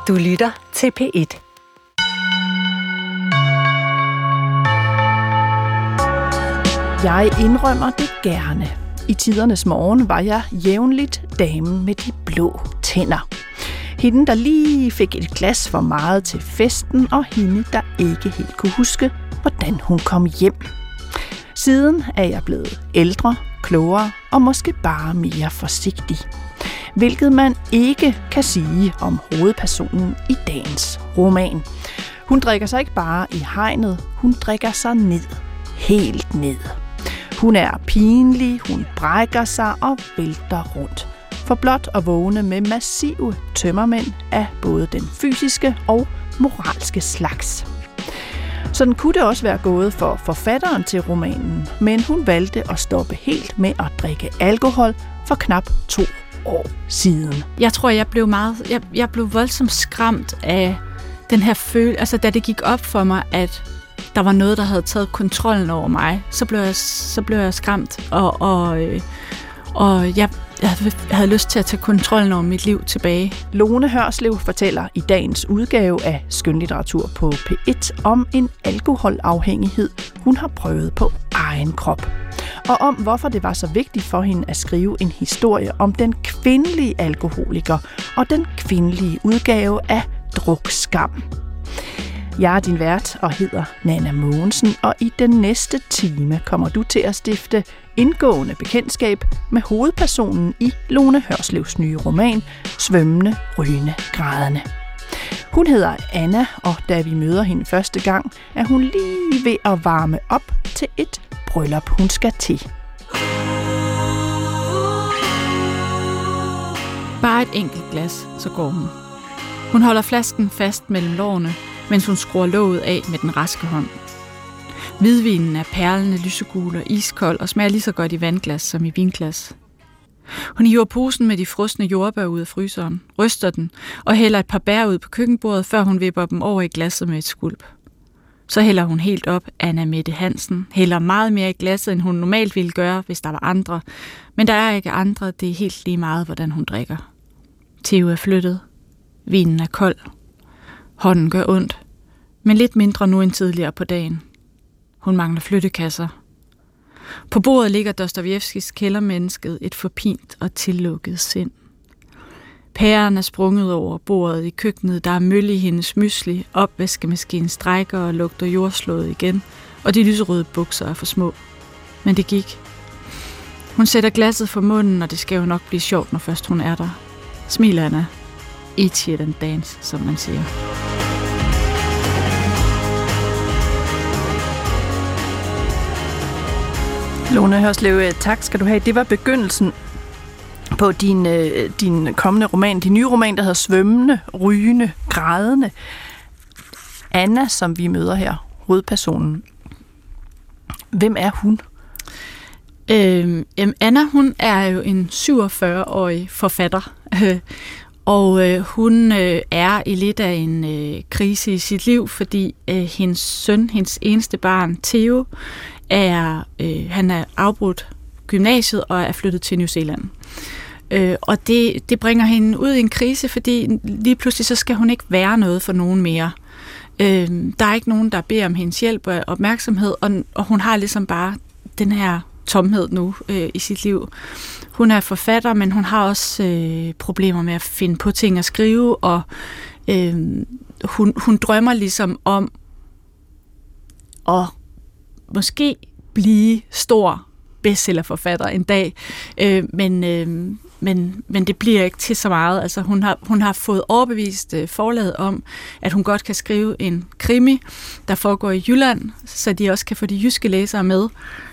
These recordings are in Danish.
Du lytter til P1. Jeg indrømmer det gerne. I tidernes morgen var jeg jævnligt damen med de blå tænder. Hende, der lige fik et glas for meget til festen, og hende, der ikke helt kunne huske, hvordan hun kom hjem. Siden er jeg blevet ældre, klogere og måske bare mere forsigtig. Hvilket man ikke kan sige om hovedpersonen i dagens roman. Hun drikker sig ikke bare i hegnet, hun drikker sig ned. Helt ned. Hun er pinlig, hun brækker sig og vælter rundt. For blot at vågne med massive tømmermænd af både den fysiske og moralske slags. Sådan kunne det også være gået for forfatteren til romanen, men hun valgte at stoppe helt med at drikke alkohol for knap 2 år siden. Jeg tror, jeg blev voldsomt skræmt af den her følelse, altså da det gik op for mig, at der var noget, der havde taget kontrollen over mig, så blev jeg skræmt, og jeg havde lyst til at tage kontrollen over mit liv tilbage. Lone Hørslev fortæller i dagens udgave af Skønlitteratur på P1 om en alkoholafhængighed, hun har prøvet på egen krop. Og om hvorfor det var så vigtigt for hende at skrive en historie om den kvindelige alkoholiker og den kvindelige udgave af drukskam. Jeg er din vært og hedder Nanna Mogensen, og i den næste time kommer du til at stifte indgående bekendtskab med hovedpersonen i Lone Hørslevs nye roman, Svømmende, rygende, grædende. Hun hedder Anna, og da vi møder hende første gang, er hun lige ved at varme op til et bryllup, hun skal til. Bare et enkelt glas, så går hun. Hun holder flasken fast mellem lårene, mens hun skruer låget af med den raske hånd. Hvidvinen er perlende lysegul og iskold og smager lige så godt i vandglas som i vinglas. Hun hiver posen med de frosne jordbær ud af fryseren, ryster den og hælder et par bær ud på køkkenbordet, før hun vipper dem over i glasset med et skulp. Så hælder hun helt op. Anna Mette Hansen hælder meget mere i glasset, end hun normalt ville gøre, hvis der var andre. Men der er ikke andre, det er helt lige meget, hvordan hun drikker. Theo er flyttet. Vinen er kold. Hånden gør ondt, men lidt mindre nu end tidligere på dagen. Hun mangler flyttekasser. På bordet ligger Dostojevskijs Kældermennesket, et forpint og tillukket sind. Pæren er sprunget over bordet i køkkenet, der er møl i hendes mysli, opvaskemaskinen strækker og lugter jordslået igen, og de lyserøde bukser er for små. Men det gik. Hun sætter glasset for munden, og det skal jo nok blive sjovt, når først hun er der. Smiler Anna. Eat shit and dance, som man siger. Lone Hørslev, tak skal du have. Det var begyndelsen på din kommende roman, din nye roman, der hedder Svømmende, rygende, grædende. Anna, som vi møder her, hovedpersonen. Hvem er hun? Anna, hun er jo en 47-årig forfatter, og hun er i lidt af en krise i sit liv, fordi hendes søn, hendes eneste barn, Theo, han er afbrudt gymnasiet og er flyttet til New Zealand. Og det bringer hende ud i en krise, fordi lige pludselig så skal hun ikke være noget for nogen mere. Der er ikke nogen, der beder om hendes hjælp og opmærksomhed, og hun har ligesom bare den her tomhed nu i sit liv. Hun er forfatter, men hun har også problemer med at finde på ting at skrive, og hun drømmer ligesom om at måske blive stor bestsellerforfatter en dag, men det bliver ikke til så meget. Altså, hun har fået overbevist forlaget om, at hun godt kan skrive en krimi, der foregår i Jylland, så de også kan få de jyske læsere med.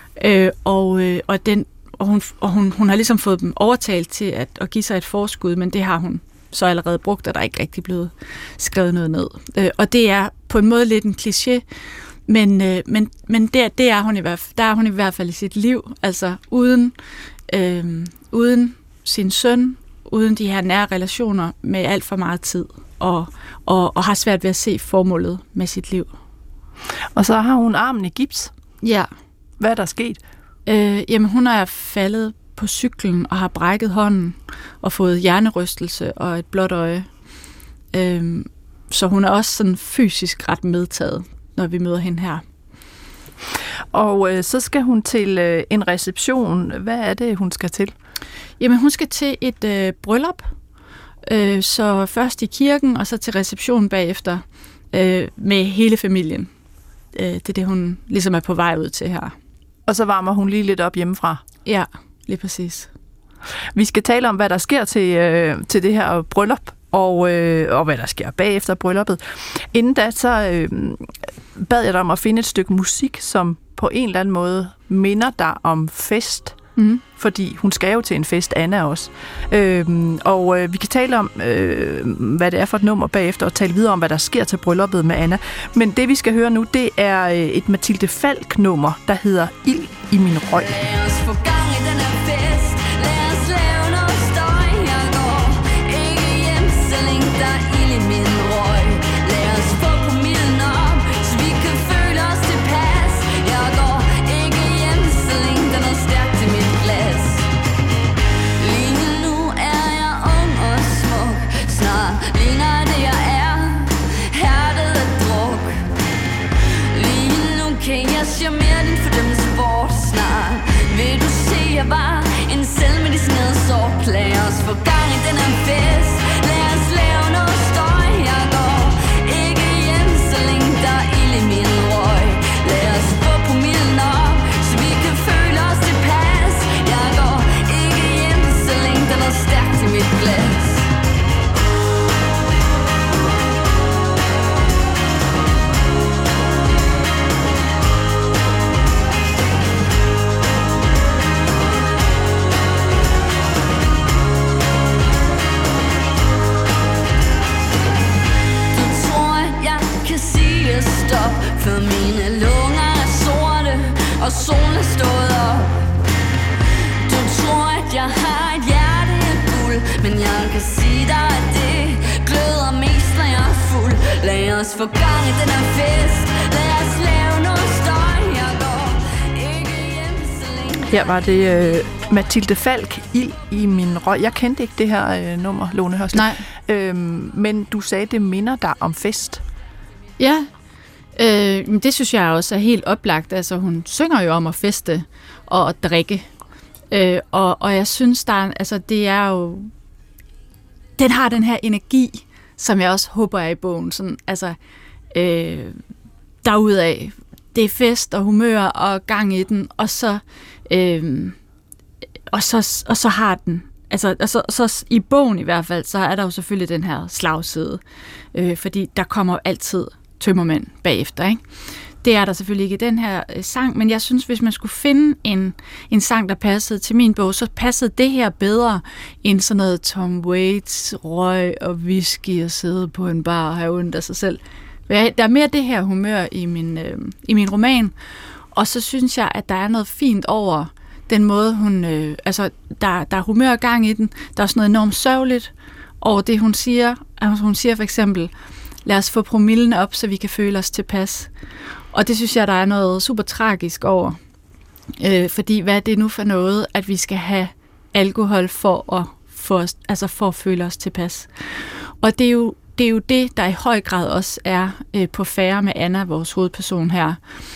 Hun har ligesom fået dem overtalt til at give sig et forskud, men det har hun så allerede brugt, og der er ikke rigtig blevet skrevet noget ned. Og det er på en måde lidt en kliché, men det er hun der er hun i hvert fald i sit liv, altså uden sin søn, uden de her nære relationer, med alt for meget tid, og har svært ved at se formålet med sit liv. Og så har hun armen i gips. Ja. Hvad er der sket? Jamen, hun er faldet på cyklen og har brækket hånden og fået hjernerystelse og et blåt øje. Så hun er også sådan fysisk ret medtaget, når vi møder hende her. Og så skal hun til en reception. Hvad er det, hun skal til? Jamen, hun skal til et bryllup. Så først i kirken, og så til receptionen bagefter med hele familien. Det er det, hun ligesom er på vej ud til her. Og så varmer hun lige lidt op hjemmefra. Ja, lige præcis. Vi skal tale om, hvad der sker til det her bryllup, og hvad der sker bagefter brylluppet. Inden da, så bad jeg dig om at finde et stykke musik, som på en eller anden måde minder dig om fest. Mm. Fordi hun skal jo til en fest, Anna også. Og vi kan tale om, hvad det er for et nummer bagefter, og tale videre om, hvad der sker til brylluppet med Anna. Men det, vi skal høre nu, det er et Mathilde Falk-nummer, der hedder Ild i min røg. Lad os få gang i den her fest. Lad os lave noget støj. Jeg går ikke hjem, så længe der er ild i min røg. Lad os få promillen op, så vi kan føle os tilpas. Jeg går ikke hjem, så længe der er noget stærkt i mit glas. Lige nu er jeg ung og smuk. Snart ligner det jeg er. Hærdet af druk. Lige nu kan jeg charmere din fordømmelse bort. Snart vil du se, jeg var en selvmedicineret sort. Lad os få gang i den her fest. Lad os lave noget støj. Jeg går ikke hjem, så længe der er ild i min røg. Lad os få promillen op, så vi kan føle os tilpas. Jeg går ikke hjem, så længe der er noget stærkt i mit glas. Stop, for mine lunger er sorte, og solen er stået op. Du tror, at jeg har et hjerte af guld, men jeg kan sige dig, at det gløder mest, når jeg er fuld. Lad os få gang i den her fest. Lad os lave noget støj. Jeg går ikke hjem, så længe. Her var det Mathilde Falk, Ild i min røg. Jeg kendte ikke det her nummer, Lone Hørslev. Nej. Men du sagde, det minder dig om fest. Ja, det synes jeg også er helt oplagt. Altså, hun synger jo om at feste og at drikke. Og jeg synes, det er jo... Den har den her energi, som jeg også håber er i bogen. Sådan, altså, derudaf. Det er fest og humør og gang i den, og så har den... Altså, så i bogen i hvert fald, så er der jo selvfølgelig den her slagside. Fordi der kommer altid tømmermænd bagefter, ikke? Det er der selvfølgelig ikke i den her sang, men jeg synes, hvis man skulle finde en sang, der passede til min bog, så passede det her bedre end sådan noget Tom Waits, røg og whisky og sidde på en bar og have ondt af sig selv. Der er mere det her humør i min roman, og så synes jeg, at der er noget fint over den måde, hun... der er humør og gang i den. Der er også noget enormt sørgeligt over det, hun siger. Hun siger for eksempel, lad os få promillen op, så vi kan føle os tilpas. Og det synes jeg, der er noget super tragisk over. Fordi hvad er det nu for noget, at vi skal have alkohol for at føle os tilpas? Og det er jo det, der i høj grad også er på færre med Anna, vores hovedperson her.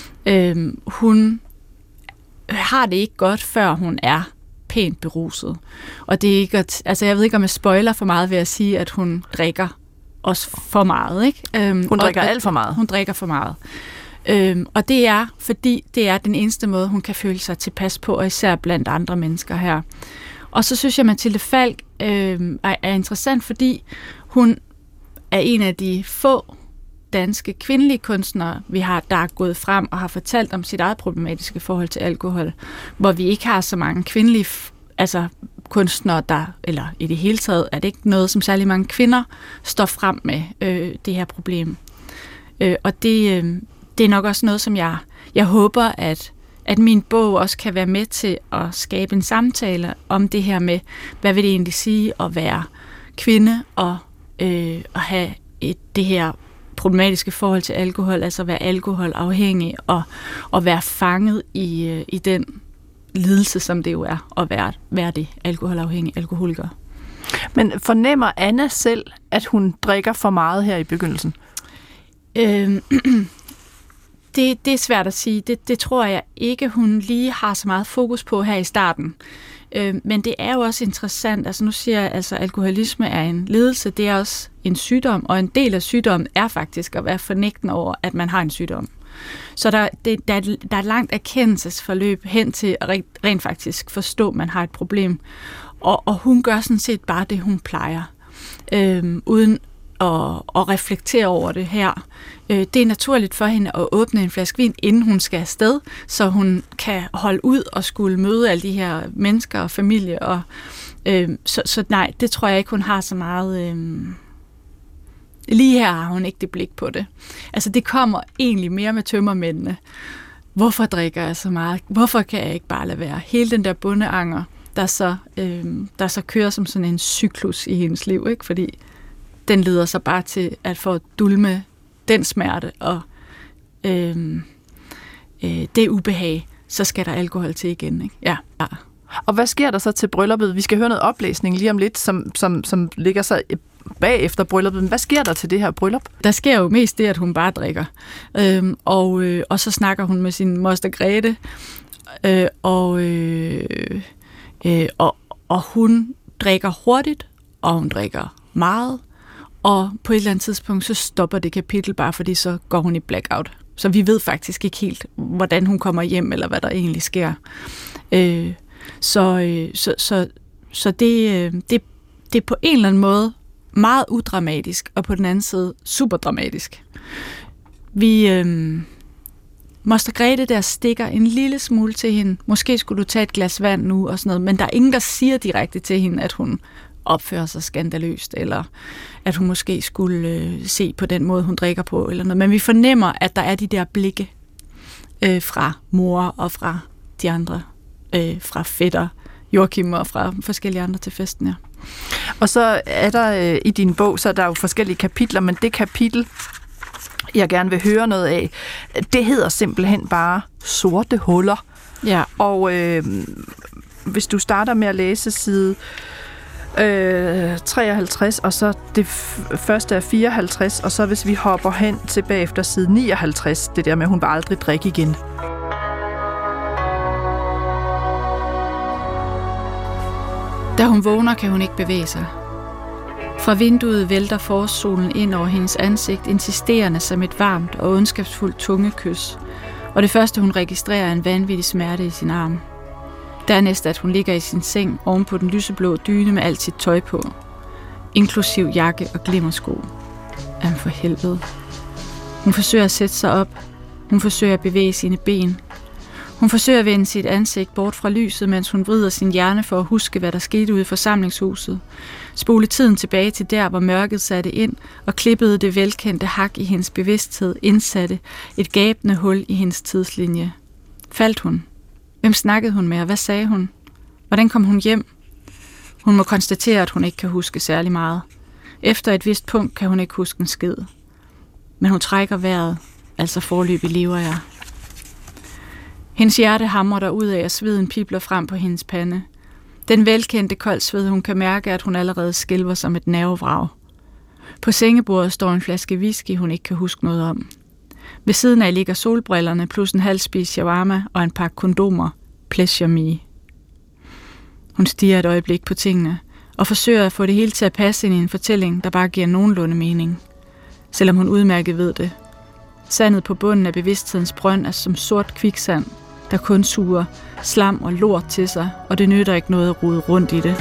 Hun har det ikke godt, før hun er pænt beruset. Og det er ikke jeg ved ikke, om jeg spoiler for meget ved at sige, at hun drikker også for meget, ikke? Hun drikker alt for meget. Hun drikker for meget. Og det er, fordi det er den eneste måde, hun kan føle sig tilpas på, og især blandt andre mennesker her. Og så synes jeg, at Mathilde Falk er interessant, fordi hun er en af de få danske kvindelige kunstnere, vi har, der er gået frem og har fortalt om sit eget problematiske forhold til alkohol, hvor vi ikke har så mange kvindelige kunstnere, eller i det hele taget, er det ikke noget, som særlig mange kvinder står frem med, det her problem. Og det er nok også noget, som jeg håber, at min bog også kan være med til at skabe en samtale om det her med, hvad vil det egentlig sige at være kvinde og at have det her problematiske forhold til alkohol, altså være alkoholafhængig og være fanget i den lidelse, som det jo er at være det alkoholafhængig alkoholiker. Men fornemmer Anna selv, at hun drikker for meget her i begyndelsen? Det er svært at sige. Det tror jeg ikke, hun lige har så meget fokus på her i starten. Men det er jo også interessant. Altså nu siger jeg, at alkoholisme er en lidelse. Det er også en sygdom, og en del af sygdommen er faktisk at være fornægtende over, at man har en sygdom. Så der er et langt erkendelsesforløb hen til at rent faktisk forstå, at man har et problem. Og hun gør sådan set bare det, hun plejer, uden at reflektere over det her. Det er naturligt for hende at åbne en flaske vin, inden hun skal afsted, så hun kan holde ud og skulle møde alle de her mennesker og familie. Og, så nej, det tror jeg ikke, hun har så meget... Lige her har hun ikke det blik på det. Altså det kommer egentlig mere med tømmermændene. Hvorfor drikker jeg så meget? Hvorfor kan jeg ikke bare lade være? Hele den der bondeanger, der så kører som sådan en cyklus i hendes liv, ikke? Fordi den leder sig bare til at få dulme den smerte og det ubehag, så skal der alkohol til igen, ikke? Ja. Og hvad sker der så til brylluppet? Vi skal høre noget oplæsning lige om lidt, som ligger så bagefter brylluppet. Men hvad sker der til det her bryllup? Der sker jo mest det, at hun bare drikker. Og så snakker hun med sin moster Grete, og hun drikker hurtigt, og hun drikker meget, og på et eller andet tidspunkt, så stopper det kapitel bare, fordi så går hun i blackout. Så vi ved faktisk ikke helt, hvordan hun kommer hjem, eller hvad der egentlig sker. Så det er på en eller anden måde meget udramatisk, og på den anden side super dramatisk. Moster Grete der stikker en lille smule til hende. Måske skulle du tage et glas vand nu, og sådan noget, men der er ingen, der siger direkte til hende, at hun opfører sig skandaløst, eller at hun måske skulle se på den måde, hun drikker på, eller noget. Men vi fornemmer, at der er de der blikke fra mor og fra de andre, fra fætter Joachim og fra forskellige andre til festen, ja. Og så er der i din bog, så er der jo forskellige kapitler, men det kapitel, jeg gerne vil høre noget af, det hedder simpelthen bare Sorte Huller. Ja. Og hvis du starter med at læse side 53, og så det første er 54, og så hvis vi hopper hen tilbage efter side 59, det der med, at hun vil aldrig drikke igen. Da hun vågner, kan hun ikke bevæge sig. Fra vinduet vælter forårssolen ind over hendes ansigt, insisterende som et varmt og ondskabsfuldt tungekys, og det første, hun registrerer, er en vanvittig smerte i sin arm. Dernæst, at hun ligger i sin seng oven på den lyseblå dyne med alt sit tøj på, inklusiv jakke og glimmersko. Jamen for helvede. Hun forsøger at sætte sig op. Hun forsøger at bevæge sine ben. Hun forsøger at vende sit ansigt bort fra lyset, mens hun vrider sin hjerne for at huske, hvad der skete ude i forsamlingshuset. Spole tiden tilbage til der, hvor mørket satte ind og klippede det velkendte hak i hendes bevidsthed, indsatte et gabende hul i hendes tidslinje. Faldt hun? Hvem snakkede hun med, og hvad sagde hun? Hvordan kom hun hjem? Hun må konstatere, at hun ikke kan huske særlig meget. Efter et vist punkt kan hun ikke huske en skid. Men hun trækker vejret, altså foreløbig lever jeg. Hendes hjerte hamrer derud af, og sveden pibler frem på hendes pande. Den velkendte koldsved, hun kan mærke, at hun allerede skælver som et nervevrag. På sengebordet står en flaske whisky, hun ikke kan huske noget om. Ved siden af ligger solbrillerne plus en halvspist shawarma og en pakke kondomer. Pleasure me. Hun stirrer et øjeblik på tingene og forsøger at få det hele til at passe ind i en fortælling, der bare giver nogenlunde mening. Selvom hun udmærket ved det. Sandet på bunden af bevidsthedens brønd er som sort kviksand, der kun suger slam og lort til sig, og det nytter ikke noget at rode rundt i det.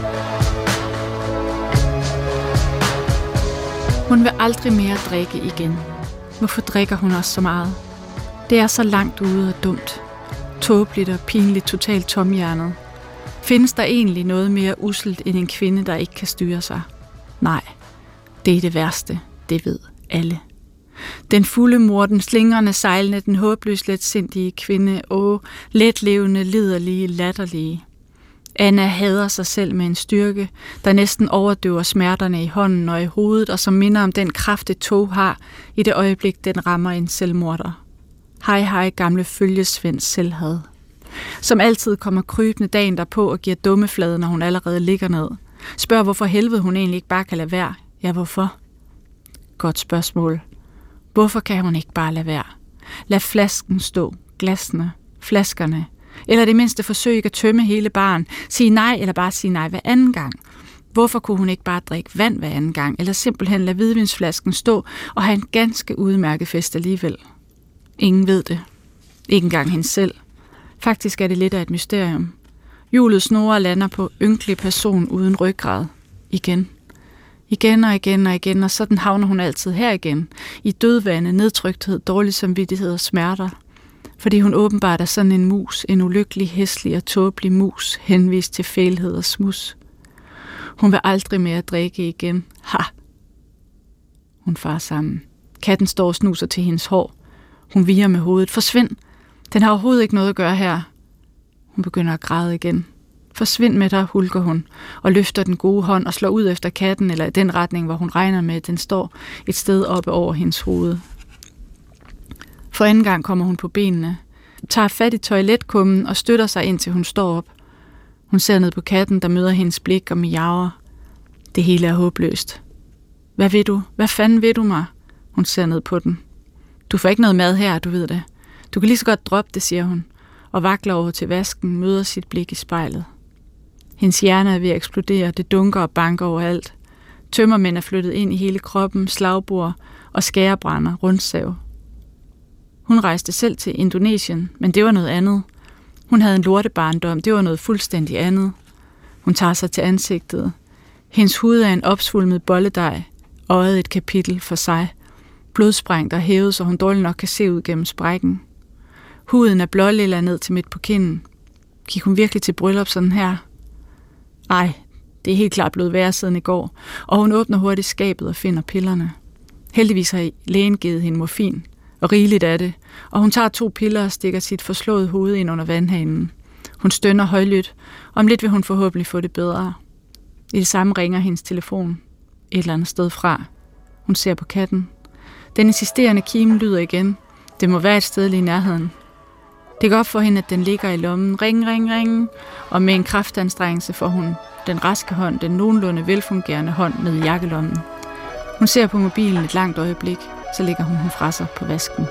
Hun vil aldrig mere drikke igen. Hvorfor drikker hun også så meget? Det er så langt ude og dumt. Tåbeligt og pinligt, totalt tomhjernet. Findes der egentlig noget mere usselt end en kvinde, der ikke kan styre sig? Nej, det er det værste. Det ved alle. Den fulde mor, den slingrende sejlende, den håbløst letsindige kvinde, letlevende, liderlige, latterlige. Anna hader sig selv med en styrke, der næsten overdøver smerterne i hånden og i hovedet, og som minder om den kraft, et tog har i det øjeblik, den rammer en selvmorder. Hej, gamle følgesvends selvhad. Som altid kommer krybende dagen derpå og giver dummeflade, når hun allerede ligger ned. Spørger, hvorfor helvede hun egentlig ikke bare kan lade være. Ja, hvorfor? Godt spørgsmål. Hvorfor kan hun ikke bare lade være? Lad flasken stå, glasene, flaskerne. Eller det mindste forsøg ikke at tømme hele baren. Sige nej, eller bare sige nej hver anden gang. Hvorfor kunne hun ikke bare drikke vand hver anden gang, eller simpelthen lade hvidvinsflasken stå og have en ganske udmærket fest alligevel? Ingen ved det. Ikke engang hende selv. Faktisk er det lidt af et mysterium. Hjulet snurrer og lander på ynkelig person uden ryggrad. Igen. Igen og igen og igen, og sådan havner hun altid her igen. I dødvande, nedtrykthed, dårlig samvittighed og smerter. Fordi hun åbenbart er sådan en mus, en ulykkelig, hæslig og tåbelig mus, henvist til fælhed og smus. Hun vil aldrig mere drikke igen. Ha! Hun farer sammen. Katten står og snuser til hendes hår. Hun viger med hovedet. Forsvind! Den har overhovedet ikke noget at gøre her. Hun begynder at græde igen. Forsvind med dig, hulker hun, og løfter den gode hånd og slår ud efter katten, eller i den retning, hvor hun regner med, at den står et sted oppe over hendes hoved. For anden gang kommer hun på benene, tager fat i toiletkummen og støtter sig indtil hun står op. Hun ser ned på katten, der møder hendes blik og miaver. Det hele er håbløst. Hvad vil du? Hvad fanden vil du mig? Hun ser ned på den. Du får ikke noget mad her, du ved det. Du kan lige så godt droppe det, siger hun, og vakler over til vasken, møder sit blik i spejlet. Hendes hjerne er ved at eksplodere, det dunker og banker overalt. Tømmermænd er flyttet ind i hele kroppen, slagbord og skærebrænder, rundsav. Hun rejste selv til Indonesien, men det var noget andet. Hun havde en lortebarndom, det var noget fuldstændig andet. Hun tager sig til ansigtet. Hendes hud er en opsvulmet bolledej, øjet et kapitel for sig. Blodsprængt og hævet, så hun dårligt nok kan se ud gennem sprækken. Huden er blålilla ned til midt på kinden. Gik hun virkelig til bryllup sådan her? Ej, det er helt klart blevet værre siden i går, og hun åbner hurtigt skabet og finder pillerne. Heldigvis har lægen givet hende morfin, og rigeligt af det, og hun tager 2 piller og stikker sit forslåede hoved ind under vandhanen. Hun stønner højlydt, og om lidt vil hun forhåbentlig få det bedre. I det samme ringer hendes telefon, et eller andet sted fra. Hun ser på katten. Den insisterende kime lyder igen. Det må være et sted lige i nærheden. Det går op for hende, at den ligger i lommen. Ring, ring, ring. Og med en kraftanstrengelse får hun den raske hånd, den nogenlunde velfungerende hånd ned i jakkelommen. Hun ser på mobilen et langt øjeblik, så lægger hun fra sig på vasken.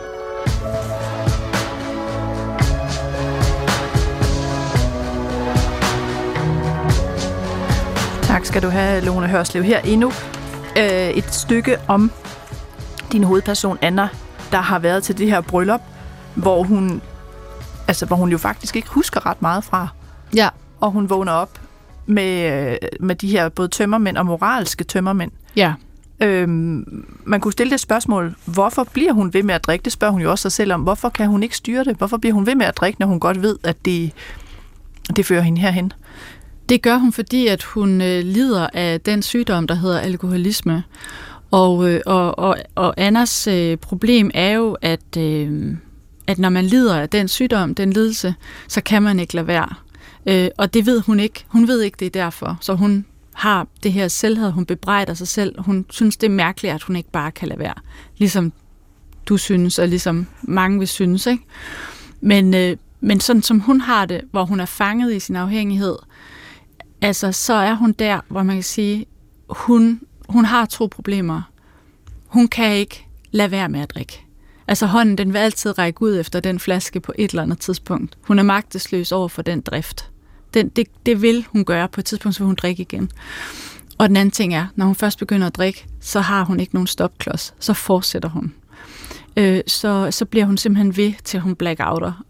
Tak skal du have, Lone Hørslev. Her endnu et stykke om din hovedperson, Anna, der har været til det her bryllup, hvor hun jo faktisk ikke husker ret meget fra. Ja. Og hun vågner op med de her både tømmermænd og moralske tømmermænd. Ja. Man kunne stille det spørgsmål, hvorfor bliver hun ved med at drikke? Det spørger hun jo også sig selv om. Hvorfor kan hun ikke styre det? Hvorfor bliver hun ved med at drikke, når hun godt ved, at det fører hende herhen? Det gør hun, fordi at hun lider af den sygdom, der hedder alkoholisme. Og Annas problem er jo, at når man lider af den sygdom, den lidelse, så kan man ikke lade være. Og det ved hun ikke. Hun ved ikke, det er derfor. Så hun har det her selvhed, hun bebrejder sig selv. Hun synes, det er mærkeligt, at hun ikke bare kan lade være. Ligesom du synes, og ligesom mange vil synes, ikke? Men sådan som hun har det, hvor hun er fanget i sin afhængighed, altså så er hun der, hvor man kan sige, hun har 2 problemer. Hun kan ikke lade være med at drikke. Altså hånden, den vil altid række ud efter den flaske på et eller andet tidspunkt. Hun er magtesløs over for den drift. Det vil hun gøre på et tidspunkt, så vil hun drikke igen. Og den anden ting er, når hun først begynder at drikke, så har hun ikke nogen stopklods. Så fortsætter hun. Så bliver hun simpelthen ved, til hun blackouter,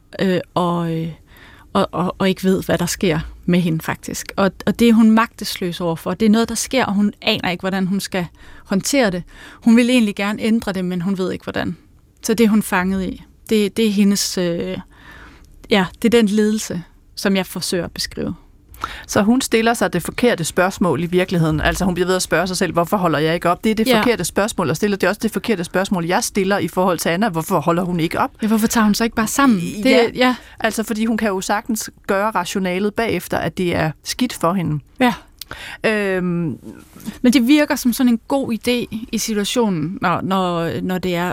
og ikke ved, hvad der sker med hende faktisk. Og det er hun magtesløs overfor. Det er noget, der sker, og hun aner ikke, hvordan hun skal håndtere det. Hun vil egentlig gerne ændre det, men hun ved ikke, hvordan. Så det er hun fanget i. Det er hendes... det er den ledelse, som jeg forsøger at beskrive. Så hun stiller sig det forkerte spørgsmål i virkeligheden. Altså hun bliver ved at spørge sig selv, hvorfor holder jeg ikke op? Det er det forkerte spørgsmål, og stiller det er også det forkerte spørgsmål, jeg stiller i forhold til Anna. Hvorfor holder hun ikke op? Ja, hvorfor tager hun så ikke bare sammen? Altså fordi hun kan jo sagtens gøre rationalet bagefter, at det er skidt for hende. Ja. Men det virker som sådan en god idé i situationen, når det er,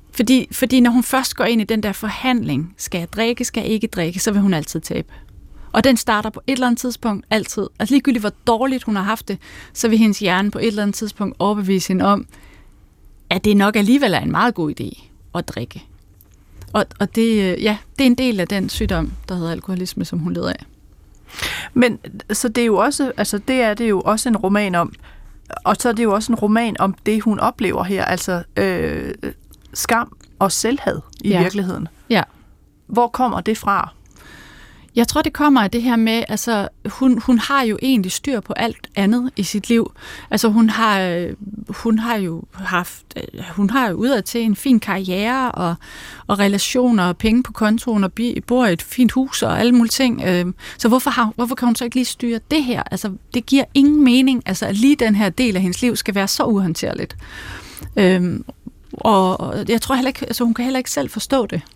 fordi når hun først går ind i den der forhandling, skal jeg drikke, skal jeg ikke drikke, så vil hun altid tabe. Og den starter på et eller andet tidspunkt altid. Altså ligegyldigt hvor dårligt hun har haft det, så vil hendes hjerne på et eller andet tidspunkt overbevise hende om, at det nok alligevel er en meget god idé at drikke. Og det, det er en del af den sygdom, der hedder alkoholisme, som hun lider af. Men så det er jo også, altså det er det jo også en roman om, og så er det jo også en roman om det, hun oplever her, altså skam og selvhad i virkeligheden. Ja. Hvor kommer det fra? Jeg tror, det kommer af det her med, altså hun har jo egentlig styr på alt andet i sit liv. Altså hun har jo udadtil en fin karriere og relationer og penge på kontoen og bor i et fint hus og alle mulige ting. Så hvorfor kan hun så ikke lige styre det her? Altså det giver ingen mening, altså at lige den her del af hendes liv skal være så uhåndterligt. Og jeg tror heller ikke, altså hun kan heller ikke selv forstå det.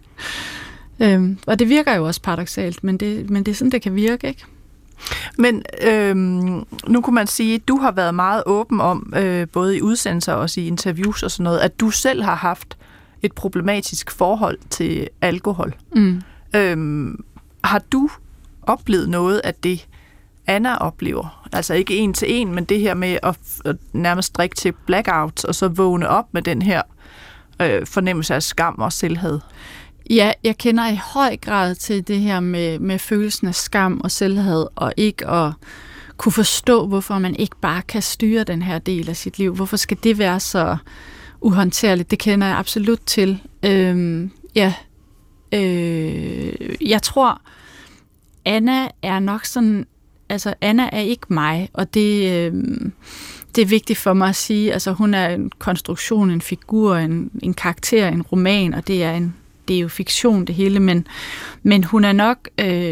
Og det virker jo også paradoksalt, men det er sådan, det kan virke, ikke? Men nu kunne man sige, at du har været meget åben om, både i udsendelser og også i interviews og sådan noget, at du selv har haft et problematisk forhold til alkohol. Har du oplevet noget af det, Anna oplever? Altså ikke en til en, men det her med at nærmest drikke til blackout, og så vågne op med den her fornemmelse af skam og selvhad. Ja, jeg kender i høj grad til det her med følelsen af skam og selvhad, og ikke at kunne forstå, hvorfor man ikke bare kan styre den her del af sit liv. Hvorfor skal det være så uhåndterligt? Det kender jeg absolut til. Jeg tror, Anna er nok sådan, altså Anna er ikke mig, og det er vigtigt for mig at sige, altså hun er en konstruktion, en figur, en karakter, en roman, og det er jo fiktion det hele, men hun er nok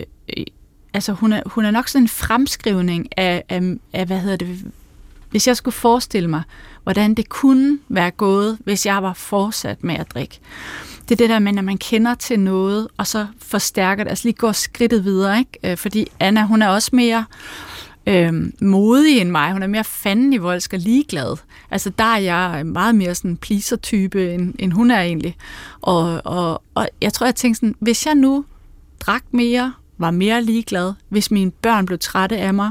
hun er nok sådan en fremskrivning af hvad hedder det, hvis jeg skulle forestille mig, hvordan det kunne være gået, hvis jeg var fortsat med at drikke. Det er det der med, når man kender til noget, og så forstærker det, altså lige går skridtet videre, ikke? Fordi Anna, hun er også mere modig end mig. Hun er mere fandenivoldsk og ligeglad. Altså der er jeg meget mere sådan en pleaser-type, end hun er egentlig. Og jeg tror, jeg tænkte sådan, hvis jeg nu drak mere, var mere ligeglad, hvis mine børn blev trætte af mig,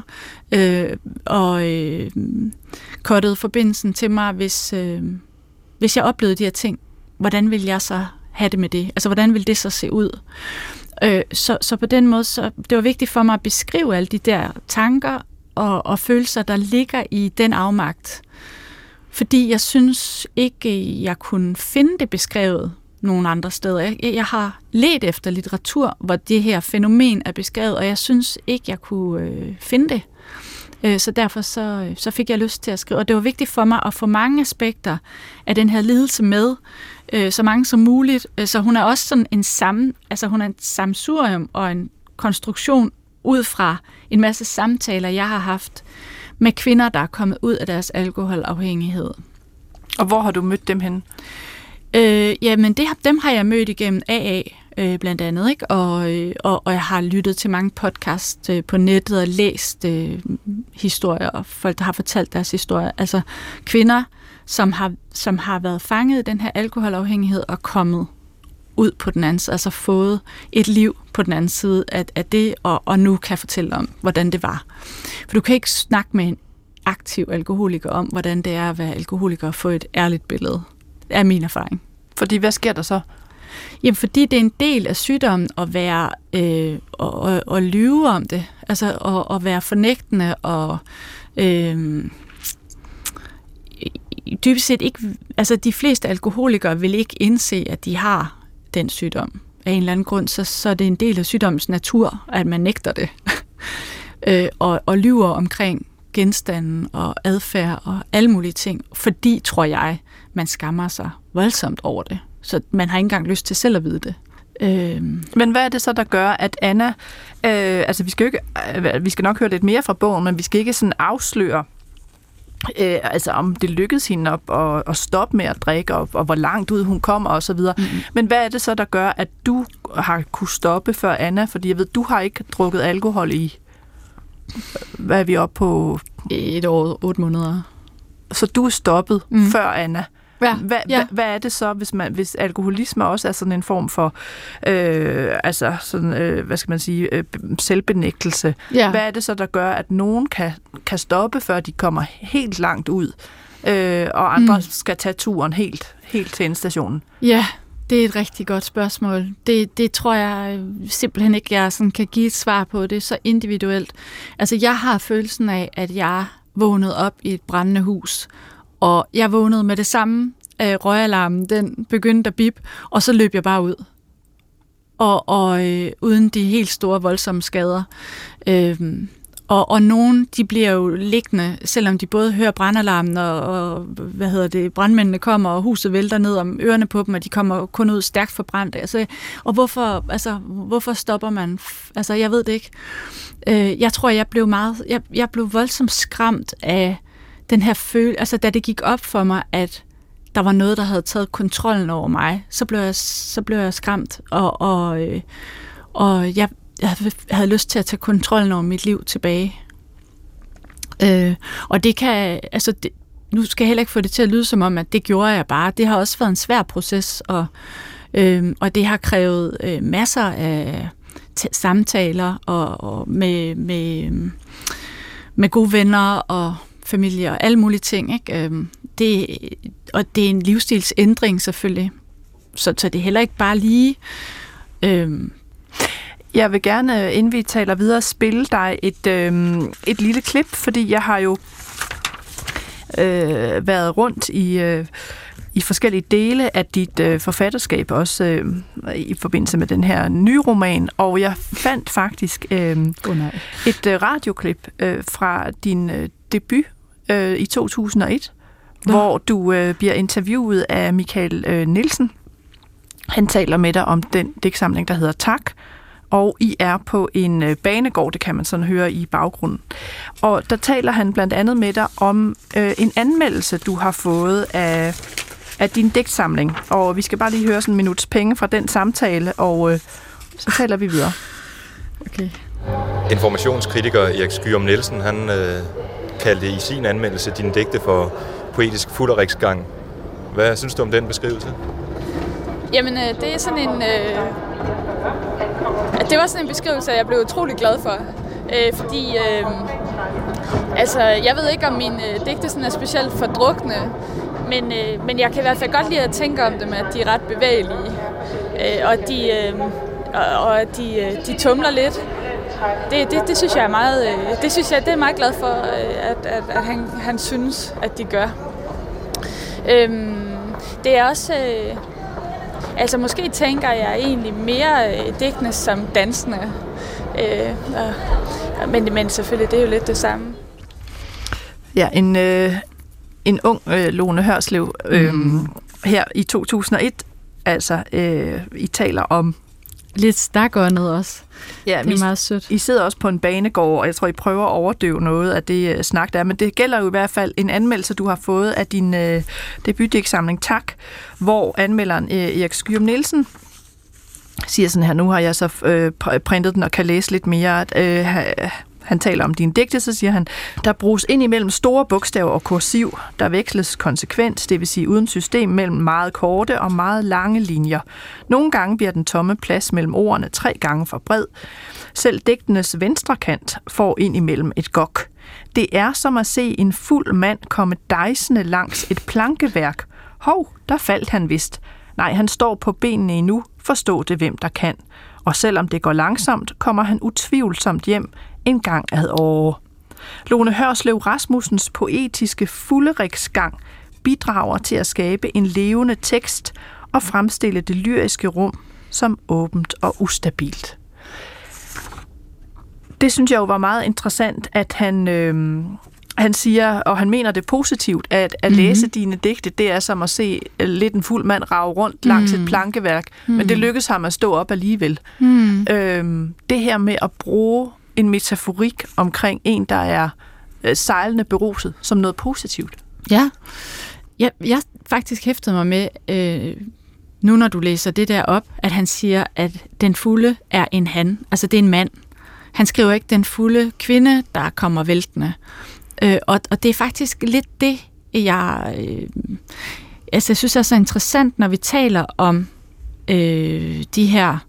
og kottede forbindelsen til mig, hvis jeg oplevede de her ting, hvordan ville jeg så have det med det? Altså hvordan ville det så se ud? Så på den måde, så det var vigtigt for mig at beskrive alle de der tanker og følelser, der ligger i den afmagt. Fordi jeg synes ikke, jeg kunne finde det beskrevet nogen andre steder. Jeg har ledt efter litteratur, hvor det her fænomen er beskrevet, og jeg synes ikke, jeg kunne finde det. Så derfor så fik jeg lyst til at skrive. Og det var vigtigt for mig at få mange aspekter af den her lidelse med, så mange som muligt. Så hun er også sådan hun er en sammensurium og en konstruktion ud fra en masse samtaler, jeg har haft med kvinder, der er kommet ud af deres alkoholafhængighed. Og hvor har du mødt dem henne? Jamen dem har jeg mødt igennem AA blandt andet, ikke? Og jeg har lyttet til mange podcasts på nettet og læst historier og folk, der har fortalt deres historier. Altså kvinder, som har været fanget i den her alkoholafhængighed og kommet ud på den anden side, altså fået et liv på den anden side af det, og nu kan fortælle om, hvordan det var. For du kan ikke snakke med en aktiv alkoholiker om, hvordan det er at være alkoholiker og få et ærligt billede. Det er min erfaring. Fordi hvad sker der så? Jamen, fordi det er en del af sygdommen at være og lyve om det, altså at være fornægtende og dybest set ikke, altså de fleste alkoholikere vil ikke indse, at de har den sygdom. Af en eller anden grund, så er det en del af sygdommens natur, at man nægter det. og lyver omkring genstanden og adfærd og alle mulige ting, fordi, tror jeg, man skammer sig voldsomt over det. Så man har ikke engang lyst til selv at vide det. Men hvad er det så, der gør, at Anna, altså vi skal nok høre lidt mere fra bogen, men vi skal ikke sådan afsløre, altså om det lykkedes hende at stoppe med at drikke, og hvor langt ud hun kommer og så videre. Men hvad er det så, der gør, at du har kunne stoppe før Anna? Fordi jeg ved, du har ikke drukket alkohol i, hvad er vi oppe på? 1 år, 8 måneder. Så du er stoppet før Anna. Hvad er det så, hvis alkoholisme også er sådan en form for hvad skal man sige, selvbenægtelse? Ja. Hvad er det så, der gør, at nogen kan stoppe, før de kommer helt langt ud, og andre skal tage turen helt til endestationen? Ja, det er et rigtig godt spørgsmål. Det tror jeg simpelthen ikke, jeg sådan kan give et svar på. Det er så individuelt. Altså, jeg har følelsen af, at jeg vågnede op i et brændende hus, og jeg vågnede med det samme. Røgalarmen, den begyndte at bip, og så løb jeg bare ud. Og uden de helt store, voldsomme skader. Og nogen, de bliver jo liggende, selvom de både hører brandalarmen og brandmændene kommer, og huset vælter ned om ørerne på dem, og de kommer kun ud stærkt forbrændt. Altså, og hvorfor stopper man? Altså, jeg ved det ikke. Jeg tror, jeg blev voldsomt skræmt af den her følelse, altså da det gik op for mig, at der var noget, der havde taget kontrollen over mig, så blev jeg skræmt, og jeg havde lyst til at tage kontrollen over mit liv tilbage. Og det kan, altså nu skal jeg heller ikke få det til at lyde som om, at det gjorde jeg bare. Det har også været en svær proces, og det har krævet masser af samtaler og med gode venner og familie og alle mulige ting, ikke? Det er en livsstilsændring selvfølgelig, så det er heller ikke bare lige. Jeg vil gerne, inden vi taler videre, spille dig et lille klip, fordi jeg har jo været rundt i forskellige dele af dit forfatterskab, også i forbindelse med den her nye roman, og jeg fandt faktisk et radioklip fra din debut i 2001, hvor du bliver interviewet af Michael Nielsen. Han taler med dig om den digtsamling, der hedder Tak, og I er på en banegård, det kan man sådan høre i baggrunden. Og der taler han blandt andet med dig om en anmeldelse, du har fået af din digtsamling. Og vi skal bare lige høre sådan en minuts penge fra den samtale, og så taler vi videre. Okay. Informationskritiker Erik Skyum Nielsen, han kaldte i sin anmeldelse dine digte for poetisk fulderiksgang. Hvad synes du om den beskrivelse? Jamen, det er sådan en... det var sådan en beskrivelse, jeg blev utrolig glad for. Fordi... jeg ved ikke, om mine digte sådan er specielt fordrukne, men jeg kan i hvert fald godt lide at tænke om dem, at de er ret bevægelige. Og de tumler lidt. Det synes jeg er meget... det er meget glad for, at han synes, at de gør. Det er også... måske tænker jeg egentlig mere digtene som dansende. Men selvfølgelig, det er jo lidt det samme. Ja, en ung Lone Hørslev her i 2001, I taler om... Lidt stakåndet også. Ja, det er meget sødt. I sidder også på en banegård, og jeg tror, I prøver at overdøve noget af det snak, der er. Men det gælder jo i hvert fald en anmeldelse, du har fået af din debutdigtsamling Tak, hvor anmelderen Erik Skyum Nielsen siger sådan her, nu har jeg så printet den og kan læse lidt mere, at han taler om dine digte, så siger han, der bruges ind imellem store bogstaver og kursiv, der veksles konsekvent, det vil sige uden system, mellem meget korte og meget lange linjer. Nogle gange bliver den tomme plads mellem ordene 3 gange for bred. Selv digtenes venstre kant får ind imellem et gok. Det er som at se en fuld mand komme dejsende langs et plankeværk. Hov, der faldt han vist. Nej, han står på benene endnu, forstå det hvem der kan. Og selvom det går langsomt, kommer han utvivlsomt hjem en gang ad åre. Lone Hørslev Rasmussens poetiske fulderiksgang bidrager til at skabe en levende tekst og fremstille det lyriske rum som åbent og ustabilt. Det synes jeg jo var meget interessant, at han siger, og han mener det positivt, at læse dine digte, det er som at se lidt en fuld mand rage rundt langs et plankeværk, men det lykkes ham at stå op alligevel. Det her med at bruge en metaforik omkring en, der er sejlende beruset, som noget positivt. Ja, jeg faktisk hæftede mig med, nu når du læser det der op, at han siger, at den fulde er en han, altså det er en mand. Han skriver ikke den fulde kvinde, der kommer væltende. Og det er faktisk lidt det, Altså, jeg synes, det er så interessant, når vi taler om de her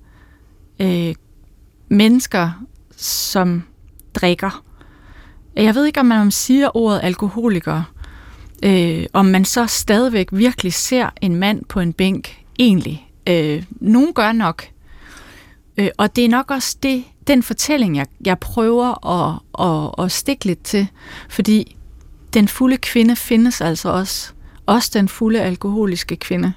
mennesker, som drikker. Jeg ved ikke, om man siger ordet alkoholiker, om man så stadigvæk virkelig ser en mand på en bænk, egentlig. Nogen gør nok. Og det er nok også den fortælling, jeg prøver at stikke lidt til, fordi den fulde kvinde findes altså også den fulde alkoholiske kvinde.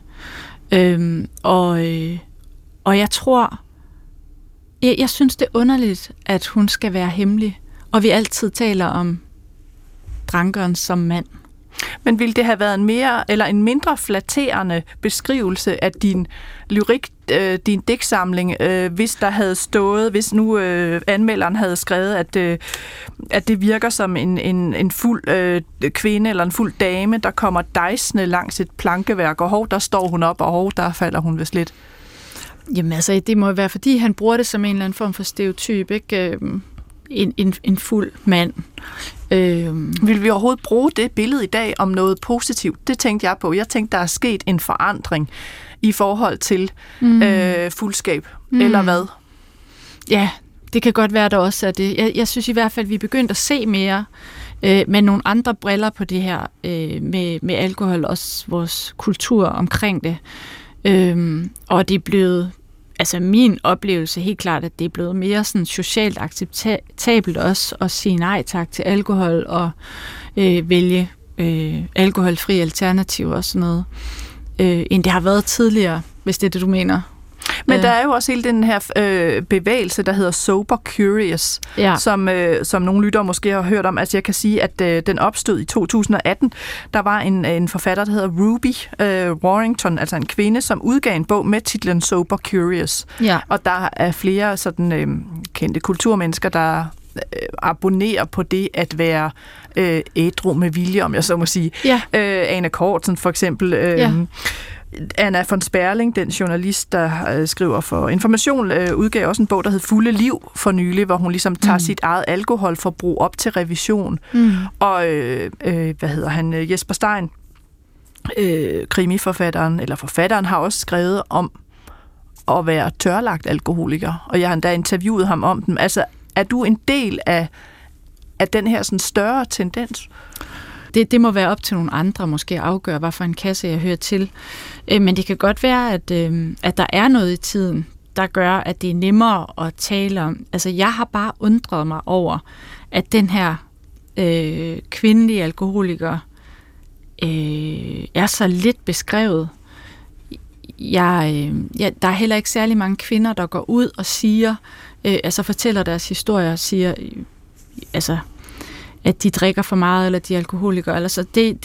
Og jeg tror, jeg synes det er underligt, at hun skal være hemmelig, og vi altid taler om drankeren som mand. Men ville det have været en mindre flatterende beskrivelse af din lyrik, din digtsamling, hvis der havde stået, hvis nu anmelderen havde skrevet, at det virker som en fuld kvinde eller en fuld dame, der kommer dejsende langs et plankeværk, og der står hun op, og der falder hun vist lidt. Jamen altså, det må være, fordi han bruger det som en eller anden form for stereotyp, ikke? En fuld mand. Vil vi overhovedet bruge det billede i dag om noget positivt? Det tænkte jeg på. Jeg tænkte, der er sket en forandring i forhold til fuldskab, eller hvad? Ja, det kan godt være, der også er det. Jeg synes i hvert fald, at vi er begyndt at se mere med nogle andre briller på det her, med alkohol, også vores kultur omkring det. Og det er blevet, altså min oplevelse helt klart, at det er blevet mere sådan socialt acceptabelt også at sige nej tak til alkohol og vælge alkoholfri alternativer og sådan noget, end det har været tidligere, hvis det er det, du mener. Men der er jo også hele den her bevægelse, der hedder Sober Curious, som nogle lyttere måske har hørt om. Altså jeg kan sige, at den opstod i 2018. Der var en forfatter, der hedder Ruby Warrington, altså en kvinde, som udgav en bog med titlen Sober Curious. Ja. Og der er flere sådan kendte kulturmennesker, der abonnerer på det at være ædru med vilje, om jeg så må sige. Ja. Ane Cortzen for eksempel. Anna von Sperling, den journalist, der skriver for Information, udgav også en bog, der hed Fulde Liv for nylig, hvor hun ligesom tager sit eget alkoholforbrug op til revision. Og Jesper Stein, krimiforfatteren, eller forfatteren, har også skrevet om at være tørlagt alkoholiker, og jeg har endda interviewet ham om dem. Altså, er du en del af den her sådan større tendens? Det må være op til nogle andre måske at afgøre, hvad for en kasse jeg hører til. Men det kan godt være, at der er noget i tiden, der gør, at det er nemmere at tale om. Altså, jeg har bare undret mig over, at den her kvindelige alkoholiker er så lidt beskrevet. Der er heller ikke særlig mange kvinder, der går ud og siger, fortæller deres historier og siger, at de drikker for meget, eller de er alkoholikere. Altså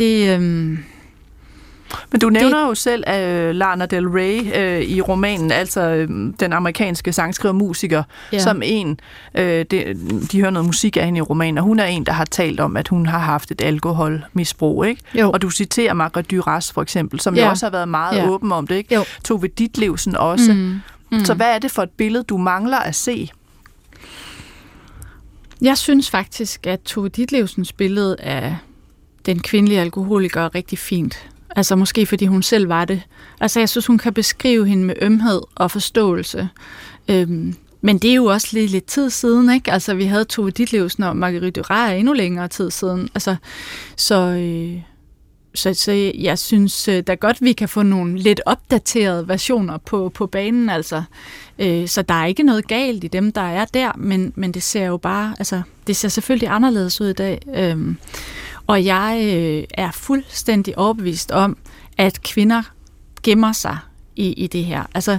Men du nævner jo selv Lana Del Rey i romanen, altså den amerikanske sangskriver-musiker, som en. De hører noget musik af hende i romanen, og hun er en, der har talt om, at hun har haft et alkoholmisbrug, ikke? Jo. Og du citerer Margrethe Duras for eksempel, som jo også har været meget åben om det, ikke? Jo. Tove Ditlevsen også. Så hvad er det for et billede, du mangler at se? Jeg synes faktisk, at Tove Ditlevsens billede af den kvindelige alkoholiker er rigtig fint. Altså måske fordi hun selv var det. Altså jeg synes, hun kan beskrive hende med ømhed og forståelse. Men det er jo også lidt tid siden, ikke? Altså vi havde Tove Ditlevsen og Marguerite Duras endnu længere tid siden. Altså, så jeg synes da godt, vi kan få nogle lidt opdaterede versioner på banen. Altså. Så der er ikke noget galt i dem, der er der, men det ser jo bare, altså det ser selvfølgelig anderledes ud i dag. Og jeg er fuldstændig overbevist om, at kvinder gemmer sig i det her. Altså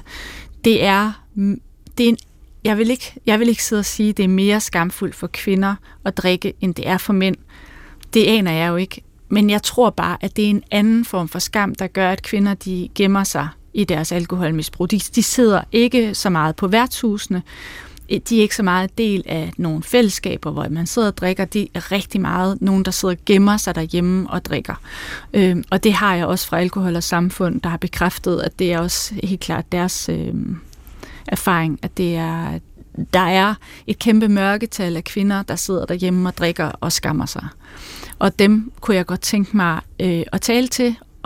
jeg vil ikke sidde og sige, at det er mere skamfuldt for kvinder at drikke, end det er for mænd. Det aner jeg jo ikke. Men jeg tror bare, at det er en anden form for skam, der gør, at kvinder de gemmer sig i deres alkoholmisbrug. De sidder ikke så meget på værtshusene. De er ikke så meget del af nogle fællesskaber, hvor man sidder og drikker. De er rigtig meget nogen, der sidder og gemmer sig derhjemme og drikker. Og det har jeg også fra Alkohol og Samfund, der har bekræftet, at det er også helt klart deres erfaring, at der er et kæmpe mørketal af kvinder, der sidder derhjemme og drikker og skammer sig. Og dem kunne jeg godt tænke mig at tale til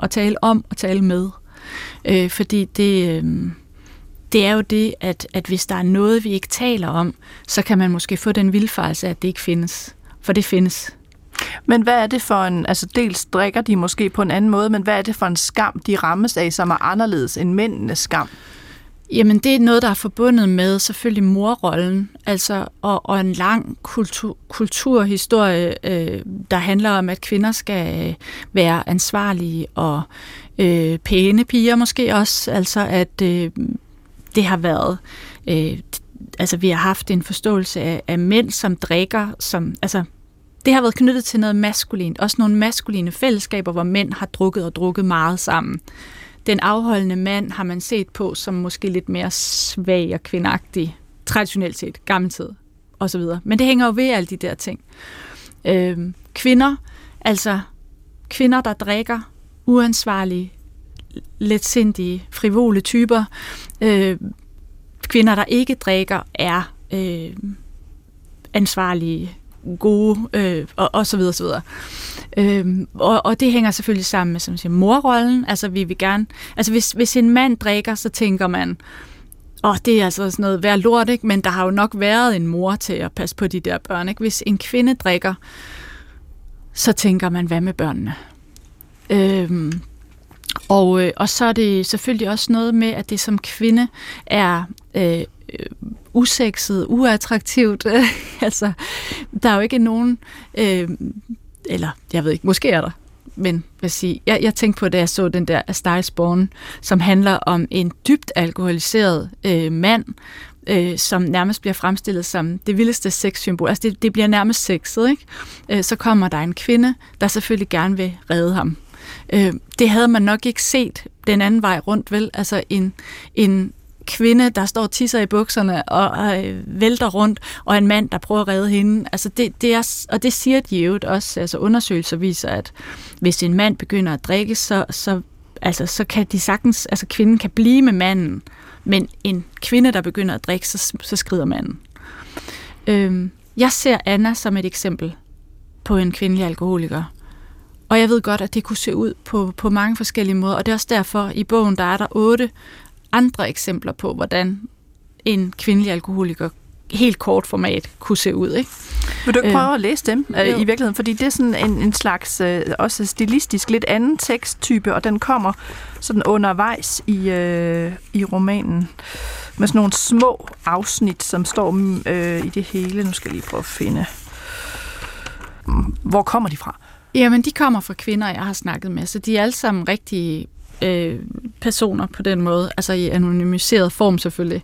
at tale om og tale med. Fordi det er jo det, at hvis der er noget, vi ikke taler om, så kan man måske få den vildfarelse, at det ikke findes. For det findes. Men hvad er det for en, altså dels drikker de måske på en anden måde, men hvad er det for en skam, de rammes af, som er anderledes end mændenes skam? Jamen det er noget, der er forbundet med selvfølgelig morrollen, altså, og en lang kulturhistorie, der handler om, at kvinder skal være ansvarlige og pæne piger måske også, altså at det har været, altså vi har haft en forståelse af mænd, som drikker, som, altså det har været knyttet til noget maskulint, også nogle maskuline fællesskaber, hvor mænd har drukket meget sammen. Den afholdende mand har man set på som måske lidt mere svag og kvindagtig, traditionelt set, gammeltid osv. Men det hænger jo ved alle de der ting. Kvinder, der drikker, uansvarlige, letsindige, frivole typer. Kvinder, der ikke drikker, er ansvarlige, gode og så videre, så videre. Og det hænger selvfølgelig sammen med, som siger, morrollen. Altså vi vil gerne, altså hvis en mand drikker, så tænker man, det er altså sådan noget værd lort, ikke? Men der har jo nok været en mor til at passe på de der børn, ikke? Hvis en kvinde drikker, så tænker man, hvad med børnene? Og så er det selvfølgelig også noget med, at det som kvinde er usekset, uattraktivt. Altså, der er jo ikke nogen, eller jeg ved ikke, måske er der, men hvad sige, jeg tænkte på, da jeg så den der A Star Is Born, som handler om en dybt alkoholiseret mand, som nærmest bliver fremstillet som det vildeste sexsymbol. Altså det bliver nærmest sexet, ikke? Så kommer der en kvinde, der selvfølgelig gerne vil redde ham. Det havde man nok ikke set den anden vej rundt, vel? Altså en kvinde, der står og tisser i bukserne og vælter rundt, og en mand, der prøver at redde hende. Altså det er, og det siger de jo også, altså undersøgelser viser, at hvis en mand begynder at drikke, så kan de sagtens, altså kvinden kan blive med manden, men en kvinde, der begynder at drikke, så skrider manden. Jeg ser Anna som et eksempel på en kvindelig alkoholiker. Og jeg ved godt, at det kunne se ud på mange forskellige måder, og det er også derfor, i bogen, der er der 8 andre eksempler på, hvordan en kvindelig alkoholiker helt kort format kunne se ud, ikke? Vil du ikke prøve at læse dem i virkeligheden? Fordi det er sådan en slags, også stilistisk, lidt anden teksttype, og den kommer sådan undervejs i romanen med sådan nogle små afsnit, som står i det hele. Nu skal jeg lige prøve at finde. Hvor kommer de fra? Jamen, de kommer fra kvinder, jeg har snakket med, så de er alle sammen rigtige personer på den måde, altså i anonymiseret form selvfølgelig.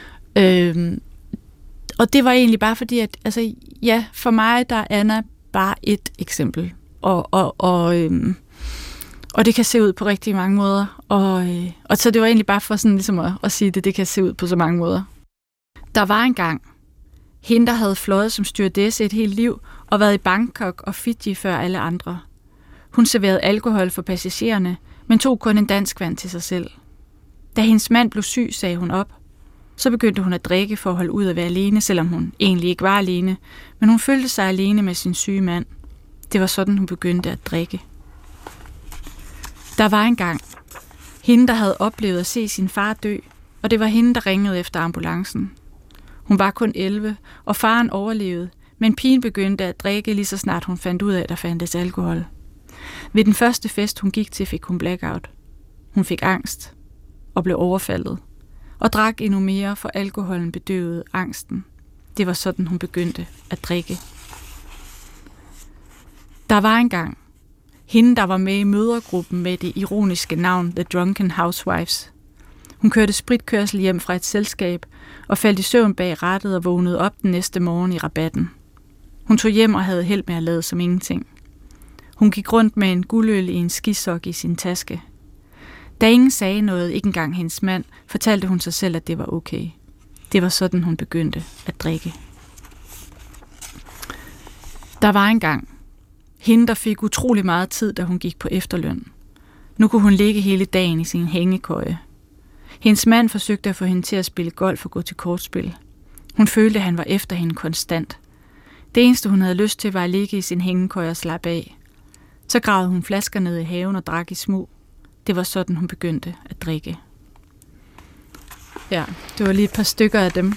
Og det var egentlig bare fordi, at altså, ja, for mig der er Anna bare et eksempel, og det kan se ud på rigtig mange måder, og så det var egentlig bare for sådan ligesom at sige, det kan se ud på så mange måder. Der var engang hende, der havde fløjet som stewardesse et helt liv, og været i Bangkok og Fiji før alle andre. Hun serverede alkohol for passagererne, men tog kun en dansk vand til sig selv. Da hendes mand blev syg, sagde hun op. Så begyndte hun at drikke for at holde ud at være alene, selvom hun egentlig ikke var alene, men hun følte sig alene med sin syge mand. Det var sådan, hun begyndte at drikke. Der var engang hende, der havde oplevet at se sin far dø, og det var hende, der ringede efter ambulancen. Hun var kun 11, og faren overlevede, men pigen begyndte at drikke lige så snart hun fandt ud af, at der fandtes alkohol. Ved den første fest, hun gik til, fik hun blackout. Hun fik angst og blev overfaldet, og drak endnu mere, for alkoholen bedøvede angsten. Det var sådan, hun begyndte at drikke. Der var engang hende, der var med i mødregruppen med det ironiske navn The Drunken Housewives. Hun kørte spritkørsel hjem fra et selskab og faldt i søvn bag rattet og vågnede op den næste morgen i rabatten. Hun tog hjem og havde held med at lade som ingenting. Hun gik rundt med en guldøl i en skisok i sin taske. Da ingen sagde noget, ikke engang hendes mand, fortalte hun sig selv, at det var okay. Det var sådan, hun begyndte at drikke. Der var engang hende, der fik utrolig meget tid, da hun gik på efterløn. Nu kunne hun ligge hele dagen i sin hængekøje. Hendes mand forsøgte at få hende til at spille golf og gå til kortspil. Hun følte, at han var efter hende konstant. Det eneste, hun havde lyst til, var at ligge i sin hængekøje og slappe af. Så gravede hun flasker ned i haven og drak i smug. det var sådan, hun begyndte at drikke. Ja, det var lige et par stykker af dem.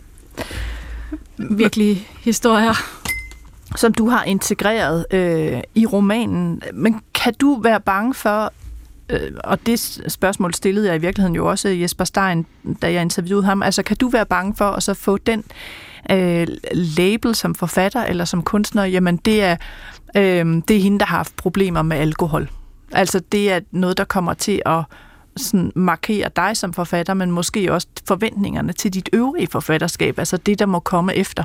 Virkelig historier. Som du har integreret i romanen. Men kan du være bange for, og det spørgsmål stillede jeg i virkeligheden jo også Jesper Stein, da jeg interviewede ham, altså kan du være bange for at så få den label som forfatter eller som kunstner, jamen det er hende, der har haft problemer med alkohol. Altså det er noget, der kommer til at sådan markere dig som forfatter, men måske også forventningerne til dit øvrige forfatterskab, altså det, der må komme efter.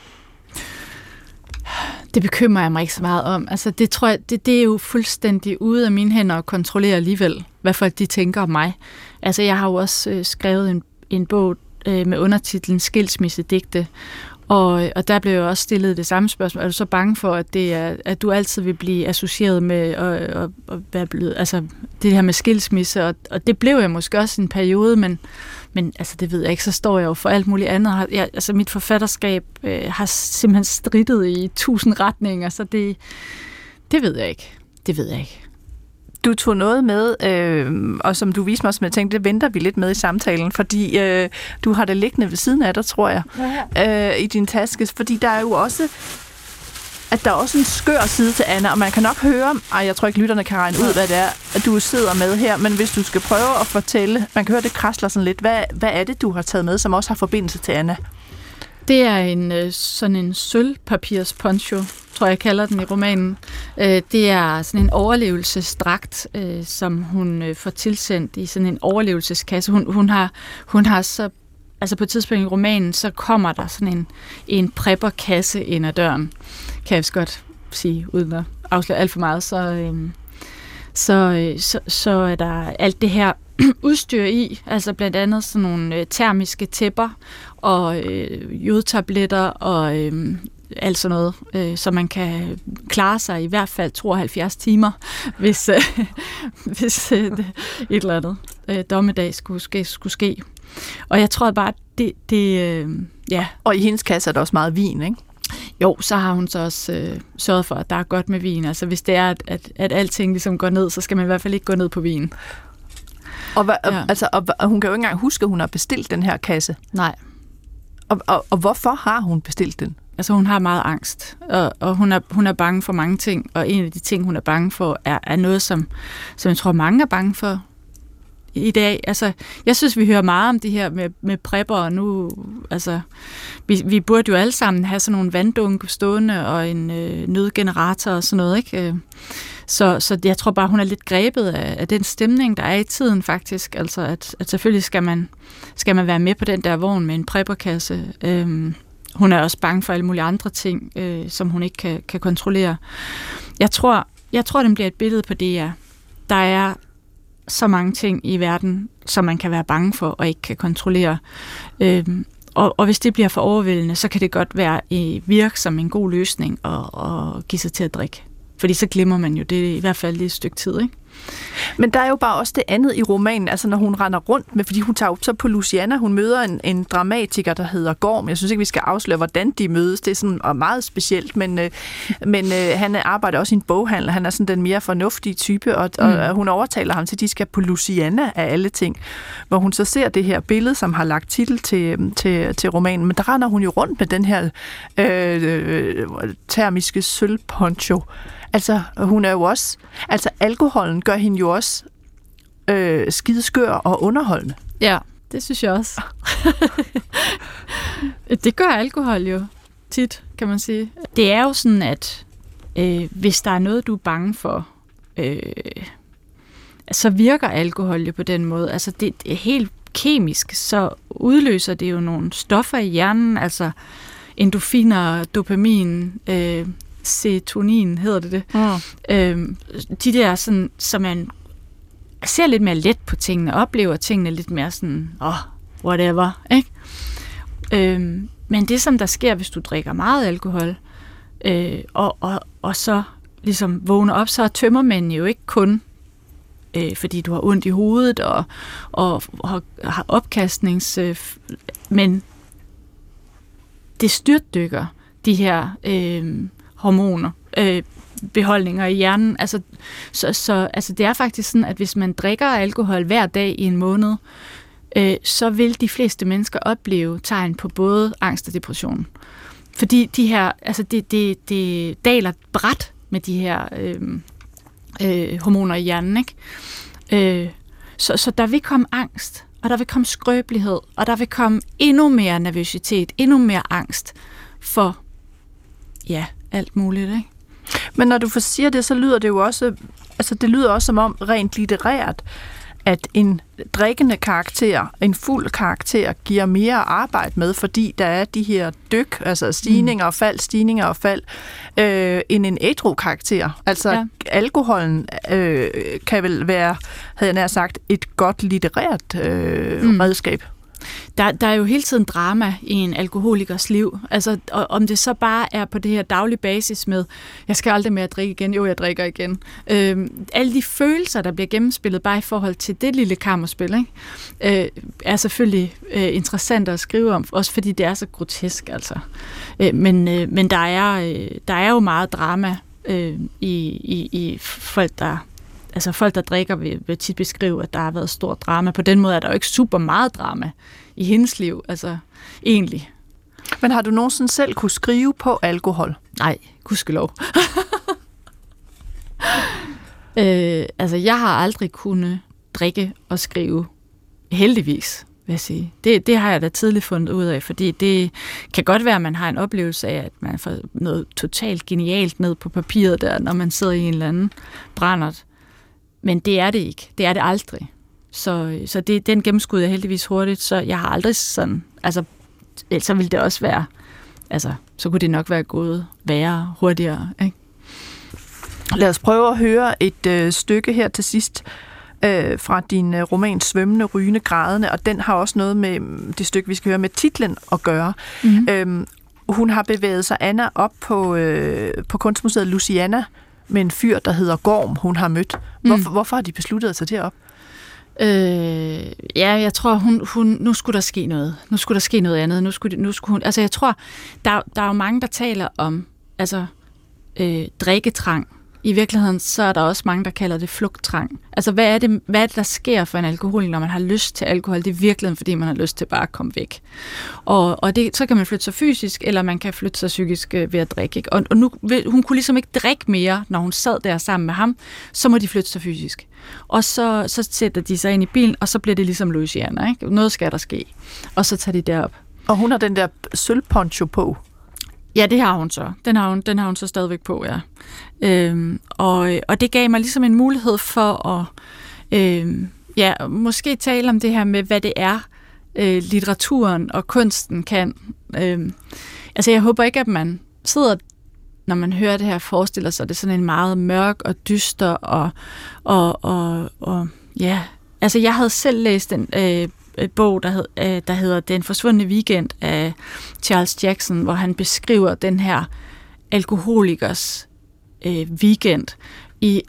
Det bekymrer jeg mig ikke så meget om. Altså det tror jeg, det er jo fuldstændig ude af mine hænder at kontrollere alligevel, hvad folk de tænker om mig. Altså jeg har jo også skrevet en bog med undertitlen Skilsmissedigte, og der blev jo også stillet det samme spørgsmål. Er du så bange for, at du altid vil blive associeret med at være blevet, altså det her med skilsmisse, og det blev jeg måske også en periode, men altså det ved jeg ikke, så står jeg jo for alt muligt andet. Altså mit forfatterskab har simpelthen strittet i 1000 retninger, så det ved jeg ikke. Det ved jeg ikke. Du tog noget med, og som du viste mig, som jeg tænkte, det venter vi lidt med i samtalen, fordi du har det liggende ved siden af dig, tror jeg, i din taske, fordi der er jo også, at der er også en skør side til Anna, og man kan nok høre, jeg tror ikke, lytterne kan regne ud, hvad det er, at du sidder med her, men hvis du skal prøve at fortælle, man kan høre, det krasler sådan lidt, hvad er det, du har taget med, som også har forbindelse til Anna? Det er sådan en sølvpapirsponcho, tror jeg kalder den i romanen. Det er sådan en overlevelsesdragt, som hun får tilsendt i sådan en overlevelseskasse. Hun har så, altså på et tidspunkt i romanen, så kommer der sådan en prepperkasse ind ad døren, kan jeg godt sige, uden at afsløre alt for meget. Så er der alt det her udstyr i, altså blandt andet sådan nogle termiske tæpper og jodtabletter og alt sådan noget, så man kan klare sig i hvert fald 72 timer, hvis et eller andet dommedag skulle ske. Og jeg tror bare, ja. Og i hendes kasse er der også meget vin, ikke? Jo, så har hun så også sørget for, at der er godt med vin. Altså hvis det er, at alting ligesom går ned, så skal man i hvert fald ikke gå ned på vin. Og hun kan jo ikke engang huske, at hun har bestilt den her kasse. Nej. Og hvorfor har hun bestilt den? Altså hun har meget angst, og hun er bange for mange ting, og en af de ting, hun er bange for, er noget, som jeg tror, mange er bange for i dag. Altså, jeg synes, vi hører meget om det her med prepper, og nu, altså, vi burde jo alle sammen have sådan nogle vanddunke stående, og en nødgenerator og sådan noget, ikke? Så jeg tror bare, hun er lidt grebet af den stemning, der er i tiden faktisk. Altså, at selvfølgelig skal man være med på den der vogn med en prepperkasse. Hun er også bange for alle mulige andre ting, som hun ikke kan kontrollere. Jeg tror, den bliver et billede på det, der er så mange ting i verden, som man kan være bange for og ikke kan kontrollere. Og hvis det bliver for overvældende, så kan det godt virke som en god løsning at give sig til at drikke. Fordi så glemmer man jo det i hvert fald lige et stykke tid, ikke? Men der er jo bare også det andet i romanen, altså når hun render rundt med, fordi hun tager op så på Louisiana, hun møder en dramatiker, der hedder Gorm. Jeg synes ikke, vi skal afsløre, hvordan de mødes. Det er sådan meget specielt, men han arbejder også i en boghandel. Han er sådan den mere fornuftige type, og hun overtaler ham til, at de skal på Louisiana af alle ting, hvor hun så ser det her billede, som har lagt titel til romanen. Men der render hun jo rundt med den her termiske sølvponcho. Altså, hun er jo også... Altså, alkoholen gør hende jo også skideskør og underholdende. Ja, det synes jeg også. Det gør alkohol jo tit, kan man sige. Det er jo sådan, at hvis der er noget, du er bange for, så virker alkohol jo på den måde. Altså, det er helt kemisk, så udløser det jo nogle stoffer i hjernen, altså endorfiner, dopamin, serotonin hedder det. De der sådan, så man ser lidt mere let på tingene, oplever tingene lidt mere sådan, whatever, ikke? Men det, som der sker, hvis du drikker meget alkohol, og så ligesom vågner op, så tømmer man jo ikke kun, fordi du har ondt i hovedet, og har opkastnings... men det styrtdykker de her hormoner beholdninger i hjernen. Altså, altså det er faktisk sådan, at hvis man drikker alkohol hver dag i en måned, så vil de fleste mennesker opleve tegn på både angst og depression. Fordi de her, altså det daler brat med de her hormoner i hjernen, ikke? Så der vil komme angst, og der vil komme skrøbelighed, og der vil komme endnu mere nervøsitet, endnu mere angst for, ja, alt muligt, ikke? Men når du siger det, så lyder det jo også, altså det lyder også som om rent litterært, at en drikkende karakter, en fuld karakter, giver mere arbejde med, fordi der er de her dyk, altså stigninger og fald, end en ædru karakter. Altså alkoholen kan vel være, havde jeg nær sagt, et godt litterært redskab. Der er jo hele tiden drama i en alkoholikers liv. Altså, og om det så bare er på det her daglige basis med, jeg skal aldrig mere drikke igen, jo, jeg drikker igen. Alle de følelser, der bliver gennemspillet bare i forhold til det lille kammerspil, ikke? Er selvfølgelig interessant at skrive om, også fordi det er så grotesk, altså. Men der er jo meget drama i folk, folk, der drikker, vil tit beskrive, at der har været stor drama. På den måde er der jo ikke super meget drama i hendes liv, altså egentlig. Men har du nogensinde selv kunne skrive på alkohol? Nej, gudskelov. Jeg har aldrig kunnet drikke og skrive, heldigvis, vil jeg sige. Det har jeg da tidligt fundet ud af, fordi det kan godt være, at man har en oplevelse af, at man får noget totalt genialt ned på papiret der, når man sidder i en eller anden brændert. Men det er det ikke. Det er det aldrig. Så den gennemskud er heldigvis hurtigt, så jeg har aldrig sådan, altså, så ville det også være, altså, så kunne det nok være gået værre, hurtigere, ikke? Lad os prøve at høre et stykke her til sidst fra din roman Svømmende, rygende, grædende, og den har også noget med det stykke, vi skal høre, med titlen at gøre. Mm-hmm. Hun har bevæget sig, Anna, op på Kunstmuseet Louisiana, med en fyr, der hedder Gorm, hun har mødt. Hvorfor har de besluttet at tage det op? Jeg tror, nu skulle der ske noget. Nu skulle der ske noget andet. Nu skulle hun, altså jeg tror, der er jo mange, der taler om drikketrang. I virkeligheden, så er der også mange, der kalder det flugttrang. Altså, hvad er det, der sker for en alkoholiker, når man har lyst til alkohol? Det er virkelig, fordi man har lyst til bare at komme væk. Og så kan man flytte sig fysisk, eller man kan flytte sig psykisk ved at drikke. Ikke? Og nu, hun kunne ligesom ikke drikke mere, når hun sad der sammen med ham. Så må de flytte sig fysisk. Og så sætter de sig ind i bilen, og så bliver det ligesom Louisiana. Ikke? Noget skal der ske. Og så tager de derop. Og hun har den der sølvponcho på. Ja, det har hun så. Den har hun så stadigvæk på, ja. Og det gav mig ligesom en mulighed for at måske tale om det her med, hvad det er, litteraturen og kunsten kan. Altså, jeg håber ikke, at man sidder, når man hører det her, forestiller sig, at det er sådan en meget mørk og dyster og ja. Altså, jeg havde selv læst en bog, der hedder Den forsvundne weekend af Charles Jackson, hvor han beskriver den her alkoholikers weekend i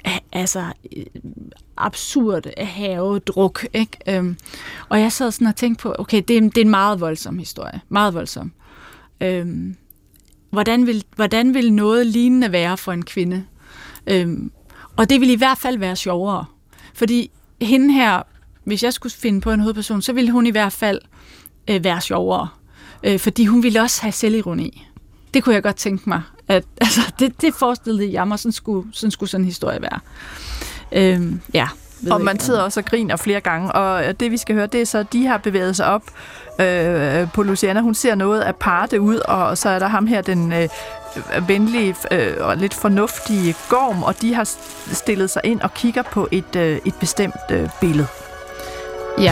absurd havedruk, ikke? Og jeg sad sådan og tænkte på, okay, det er en meget voldsom historie. Meget voldsom. Hvordan vil noget lignende være for en kvinde? Og det vil i hvert fald være sjovere. Fordi hende her, hvis jeg skulle finde på en hovedperson, så ville hun i hvert fald være sjovere. Fordi hun ville også have selvironi. Det kunne jeg godt tænke mig. At, altså, det forestillede jeg mig, sådan skulle sådan en historie være. Og man sidder også og griner flere gange. Og det vi skal høre, det er så, at de har bevæget sig op på Louisiana. Hun ser noget aparte ud, og så er der ham her, den venlige og lidt fornuftige Gorm, og de har stillet sig ind og kigger på et bestemt billede. Ja.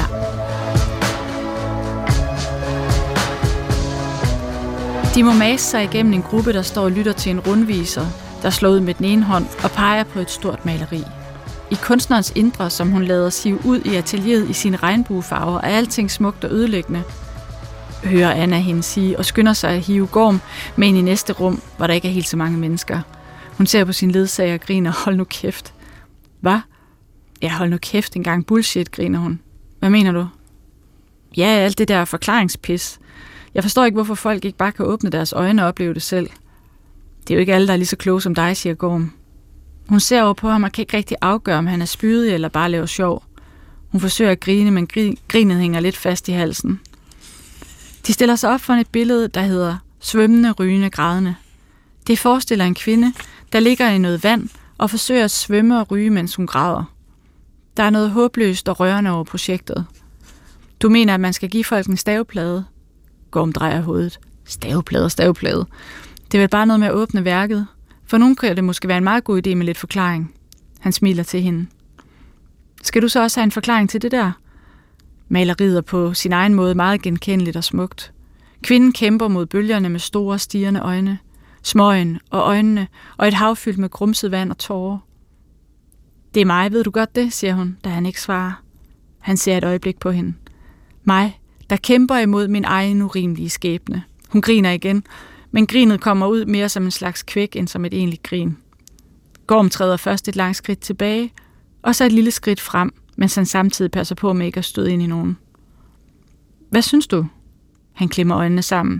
De må mase sig igennem en gruppe, der står og lytter til en rundviser, der slår ud med den ene hånd og peger på et stort maleri. I kunstnerens indre, som hun lader sive ud i atelieret i sine regnbuefarver, er alting smukt og ødelæggende, hører Anna hende sige, og skynder sig at hive Gorm med ind i næste rum, hvor der ikke er helt så mange mennesker. Hun ser på sin ledsager og griner, hold nu kæft. Hvad? Ja, hold nu kæft, en gang bullshit, griner hun. Hvad mener du? Ja, alt det der forklaringspis. Jeg forstår ikke, hvorfor folk ikke bare kan åbne deres øjne og opleve det selv. Det er jo ikke alle, der er lige så kloge som dig, siger Gorm. Hun ser over på ham og kan ikke rigtig afgøre, om han er spydig eller bare laver sjov. Hun forsøger at grine, men grinet hænger lidt fast i halsen. De stiller sig op for et billede, der hedder svømmende, rygende, grædende. Det forestiller en kvinde, der ligger i noget vand og forsøger at svømme og ryge, mens hun græder. Der er noget håbløst og rørende over projektet. Du mener, at man skal give folk en staveplade? Gorm drejer hovedet. Staveplade. Det er vel bare noget med at åbne værket. For nogen kan det måske være en meget god idé med lidt forklaring. Han smiler til hende. Skal du så også have en forklaring til det der? Maleriet er på sin egen måde meget genkendeligt og smukt. Kvinden kæmper mod bølgerne med store, stirrende øjne. Smøgen og øjnene og et hav fyldt med grumset vand og tårer. Det er mig, ved du godt det, siger hun, da han ikke svarer. Han ser et øjeblik på hende. Mig, der kæmper imod min egen urimelige skæbne. Hun griner igen, men grinet kommer ud mere som en slags kvæk end som et egentligt grin. Gorm træder først et langt skridt tilbage, og så et lille skridt frem, mens han samtidig passer på med ikke at støde ind i nogen. Hvad synes du? Han klemmer øjnene sammen.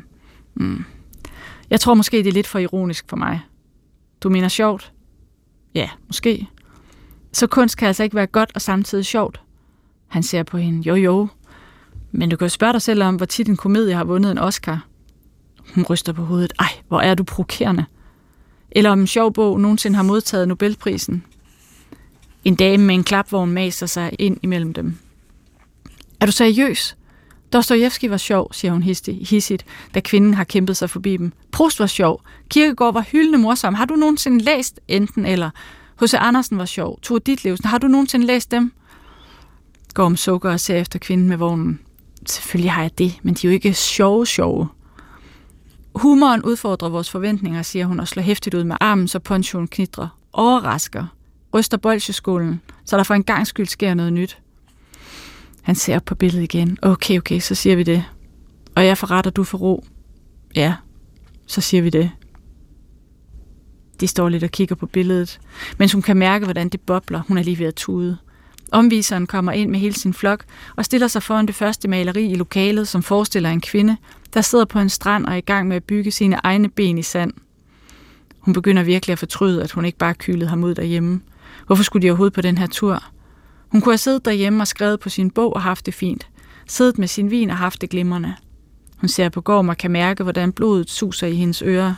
Jeg tror måske, det er lidt for ironisk for mig. Du mener sjovt? Ja, måske. Så kunst kan altså ikke være godt og samtidig sjovt. Han ser på hende. Jo. Men du kan jo spørge dig selv om, hvor tit en komedie har vundet en Oscar. Hun ryster på hovedet. Ej, hvor er du provokerende. Eller om en sjov bog nogensinde har modtaget Nobelprisen. En dame med en klapvogn maser sig ind imellem dem. Er du seriøs? Dostojevskij var sjov, siger hun hissigt, da kvinden har kæmpet sig forbi dem. Proust var sjov. Kierkegaard var hyldende morsom. Har du nogensinde læst enten eller? H.C. Andersen var sjov. Tove Ditlevsen. Har du nogensinde læst dem? Gorm sukker og ser efter kvinden med vognen. Selvfølgelig har jeg det, men de er jo ikke sjove. Humoren udfordrer vores forventninger, siger hun og slår hæftigt ud med armen, så ponchoen knitrer. Overrasker. Ryster bolsjeskålen, så der for en gang skyld sker noget nyt. Han ser op på billedet igen. Okay, så siger vi det. Og jeg forretter, du får ro. Ja, så siger vi det. De står lidt og kigger på billedet, mens hun kan mærke, hvordan det bobler. Hun er lige ved at tude. Omviseren kommer ind med hele sin flok og stiller sig foran det første maleri i lokalet, som forestiller en kvinde, der sidder på en strand og er i gang med at bygge sine egne ben i sand. Hun begynder virkelig at fortryde, at hun ikke bare kylede ham ud derhjemme. Hvorfor skulle de overhovedet på den her tur? Hun kunne have siddet derhjemme og skrevet på sin bog og haft det fint. Siddet med sin vin og haft det glimrende. Hun ser på Gorm og kan mærke, hvordan blodet suser i hendes ører.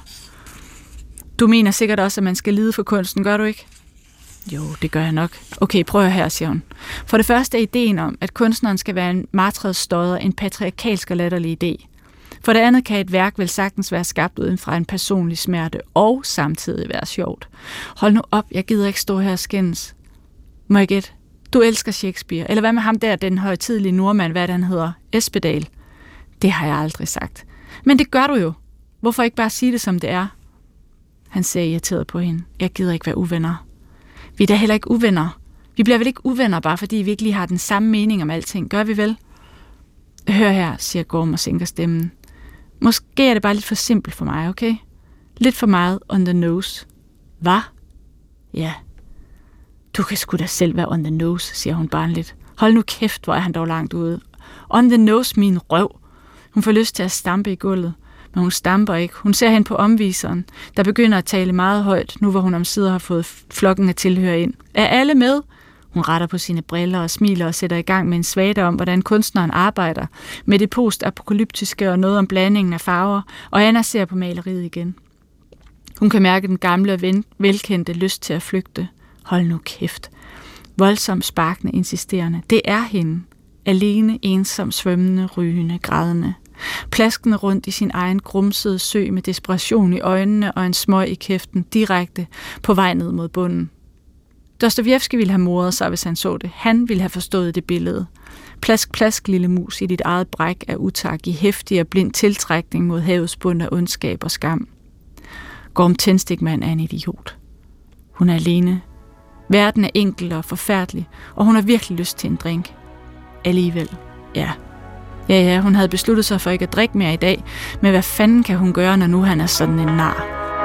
Du mener sikkert også, at man skal lide for kunsten, gør du ikke? Jo, det gør jeg nok. Okay, prøv her, siger hun. For det første er ideen om, at kunstneren skal være en martredsstodder, en patriarkalsk og latterlig idé. For det andet kan et værk vel sagtens være skabt uden fra en personlig smerte og samtidig være sjovt. Hold nu op, jeg gider ikke stå her og skændes. Må jeg gætte? Du elsker Shakespeare. Eller hvad med ham der, den højtidelige nordmand, hvad han hedder? Espedal. Det har jeg aldrig sagt. Men det gør du jo. Hvorfor ikke bare sige det, som det er? Han ser irriteret på hende. Jeg gider ikke være uvenner. Vi er da heller ikke uvenner. Vi bliver vel ikke uvenner, bare fordi vi ikke lige har den samme mening om alting. Gør vi vel? Hør her, siger Gorm og sænker stemmen. Måske er det bare lidt for simpelt for mig, okay? Lidt for meget on the nose. Hvad? Ja. Du kan sgu da selv være on the nose, siger hun barnligt. Hold nu kæft, hvor er han dog langt ude. On the nose, min røv. Hun får lyst til at stampe i gulvet, men hun stamper ikke. Hun ser hen på omviseren, der begynder at tale meget højt, nu hvor hun omsider har fået flokken at tilhøre ind. Er alle med? Hun retter på sine briller og smiler og sætter i gang med en svada om, hvordan kunstneren arbejder med det post-apokalyptiske og noget om blandingen af farver, og Anna ser på maleriet igen. Hun kan mærke den gamle og velkendte lyst til at flygte. Hold nu kæft. Voldsomt sparkende, insisterende. Det er hende. Alene, ensom, svømmende, rygende, grædende. Plaskende rundt i sin egen grumsede sø med desperation i øjnene og en smøg i kæften direkte på vej ned mod bunden. Dostojevskij ville have moret sig, hvis han så det. Han ville have forstået det billede. Plask, plask, lille mus i dit eget bræk af utak i heftig og blind tiltrækning mod havets bund af ondskab og skam. Gorm Tændstikmand er en idiot. Hun er alene. Verden er enkel og forfærdelig, og hun har virkelig lyst til en drink. Alligevel, ja. Ja, hun havde besluttet sig for ikke at drikke mere i dag, men hvad fanden kan hun gøre, når nu han er sådan en nar?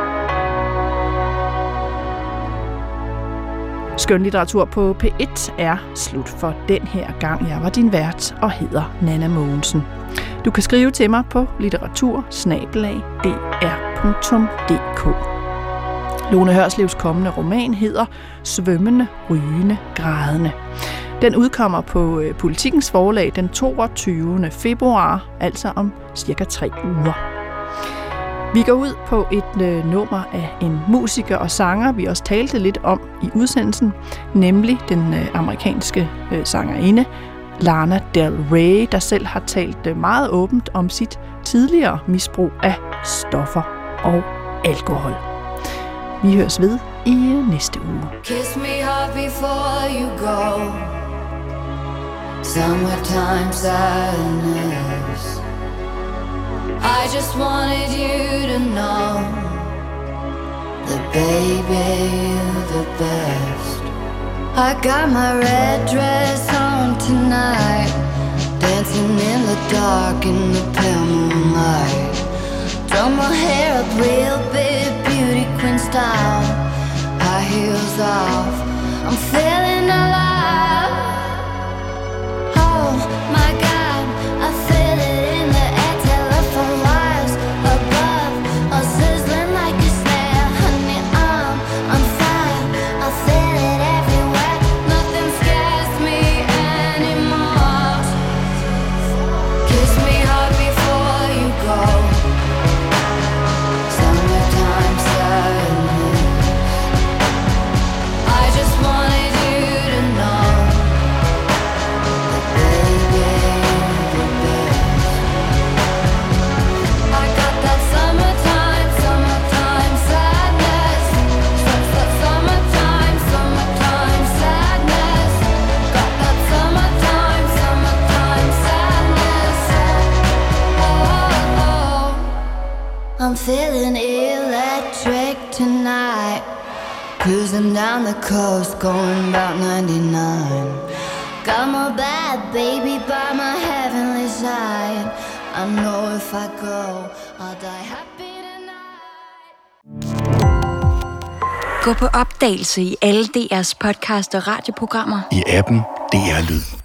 Skønlitteratur på P1 er slut for den her gang. Jeg var din vært og hedder Nanna Mogensen. Du kan skrive til mig på litteratur@dr.dk. Lone Hørslevs kommende roman hedder Svømmende, rygende, grædende. Den udkommer på Politikens forlag den 22. februar, altså om cirka 3 uger. Vi går ud på et nummer af en musiker og sanger, vi også talte lidt om i udsendelsen, nemlig den amerikanske sangerinde Lana Del Rey, der selv har talt meget åbent om sit tidligere misbrug af stoffer og alkohol. Vi høres ved i næste uge. Kiss me hard before you go. Summertime sadness. I just wanted you to know that baby you're the best. I got my red dress on tonight, dancing in the dark in the pale moonlight. Done my hair up real big, beauty queen style, high heels off, I'm feeling alive. Oh my God, I feel it in the air, telephone wires above, all sizzling like a snare. Honey, I'm on fire, I feel it everywhere, nothing scares me anymore. Kiss me hard before you go. Summertime sadness. I just wanted you to know that baby you're the best. I got that summertime sadness. Summertime sadness. Got that summertime sadness. Oh, I'm feeling electric tonight. Cruising down the coast, going about 99. Got my bad baby by my heavenly side. I know if I go, I'll die happy tonight. Gå på opdagelse i alle DR's podcast og radioprogrammer. I appen DR Lyd.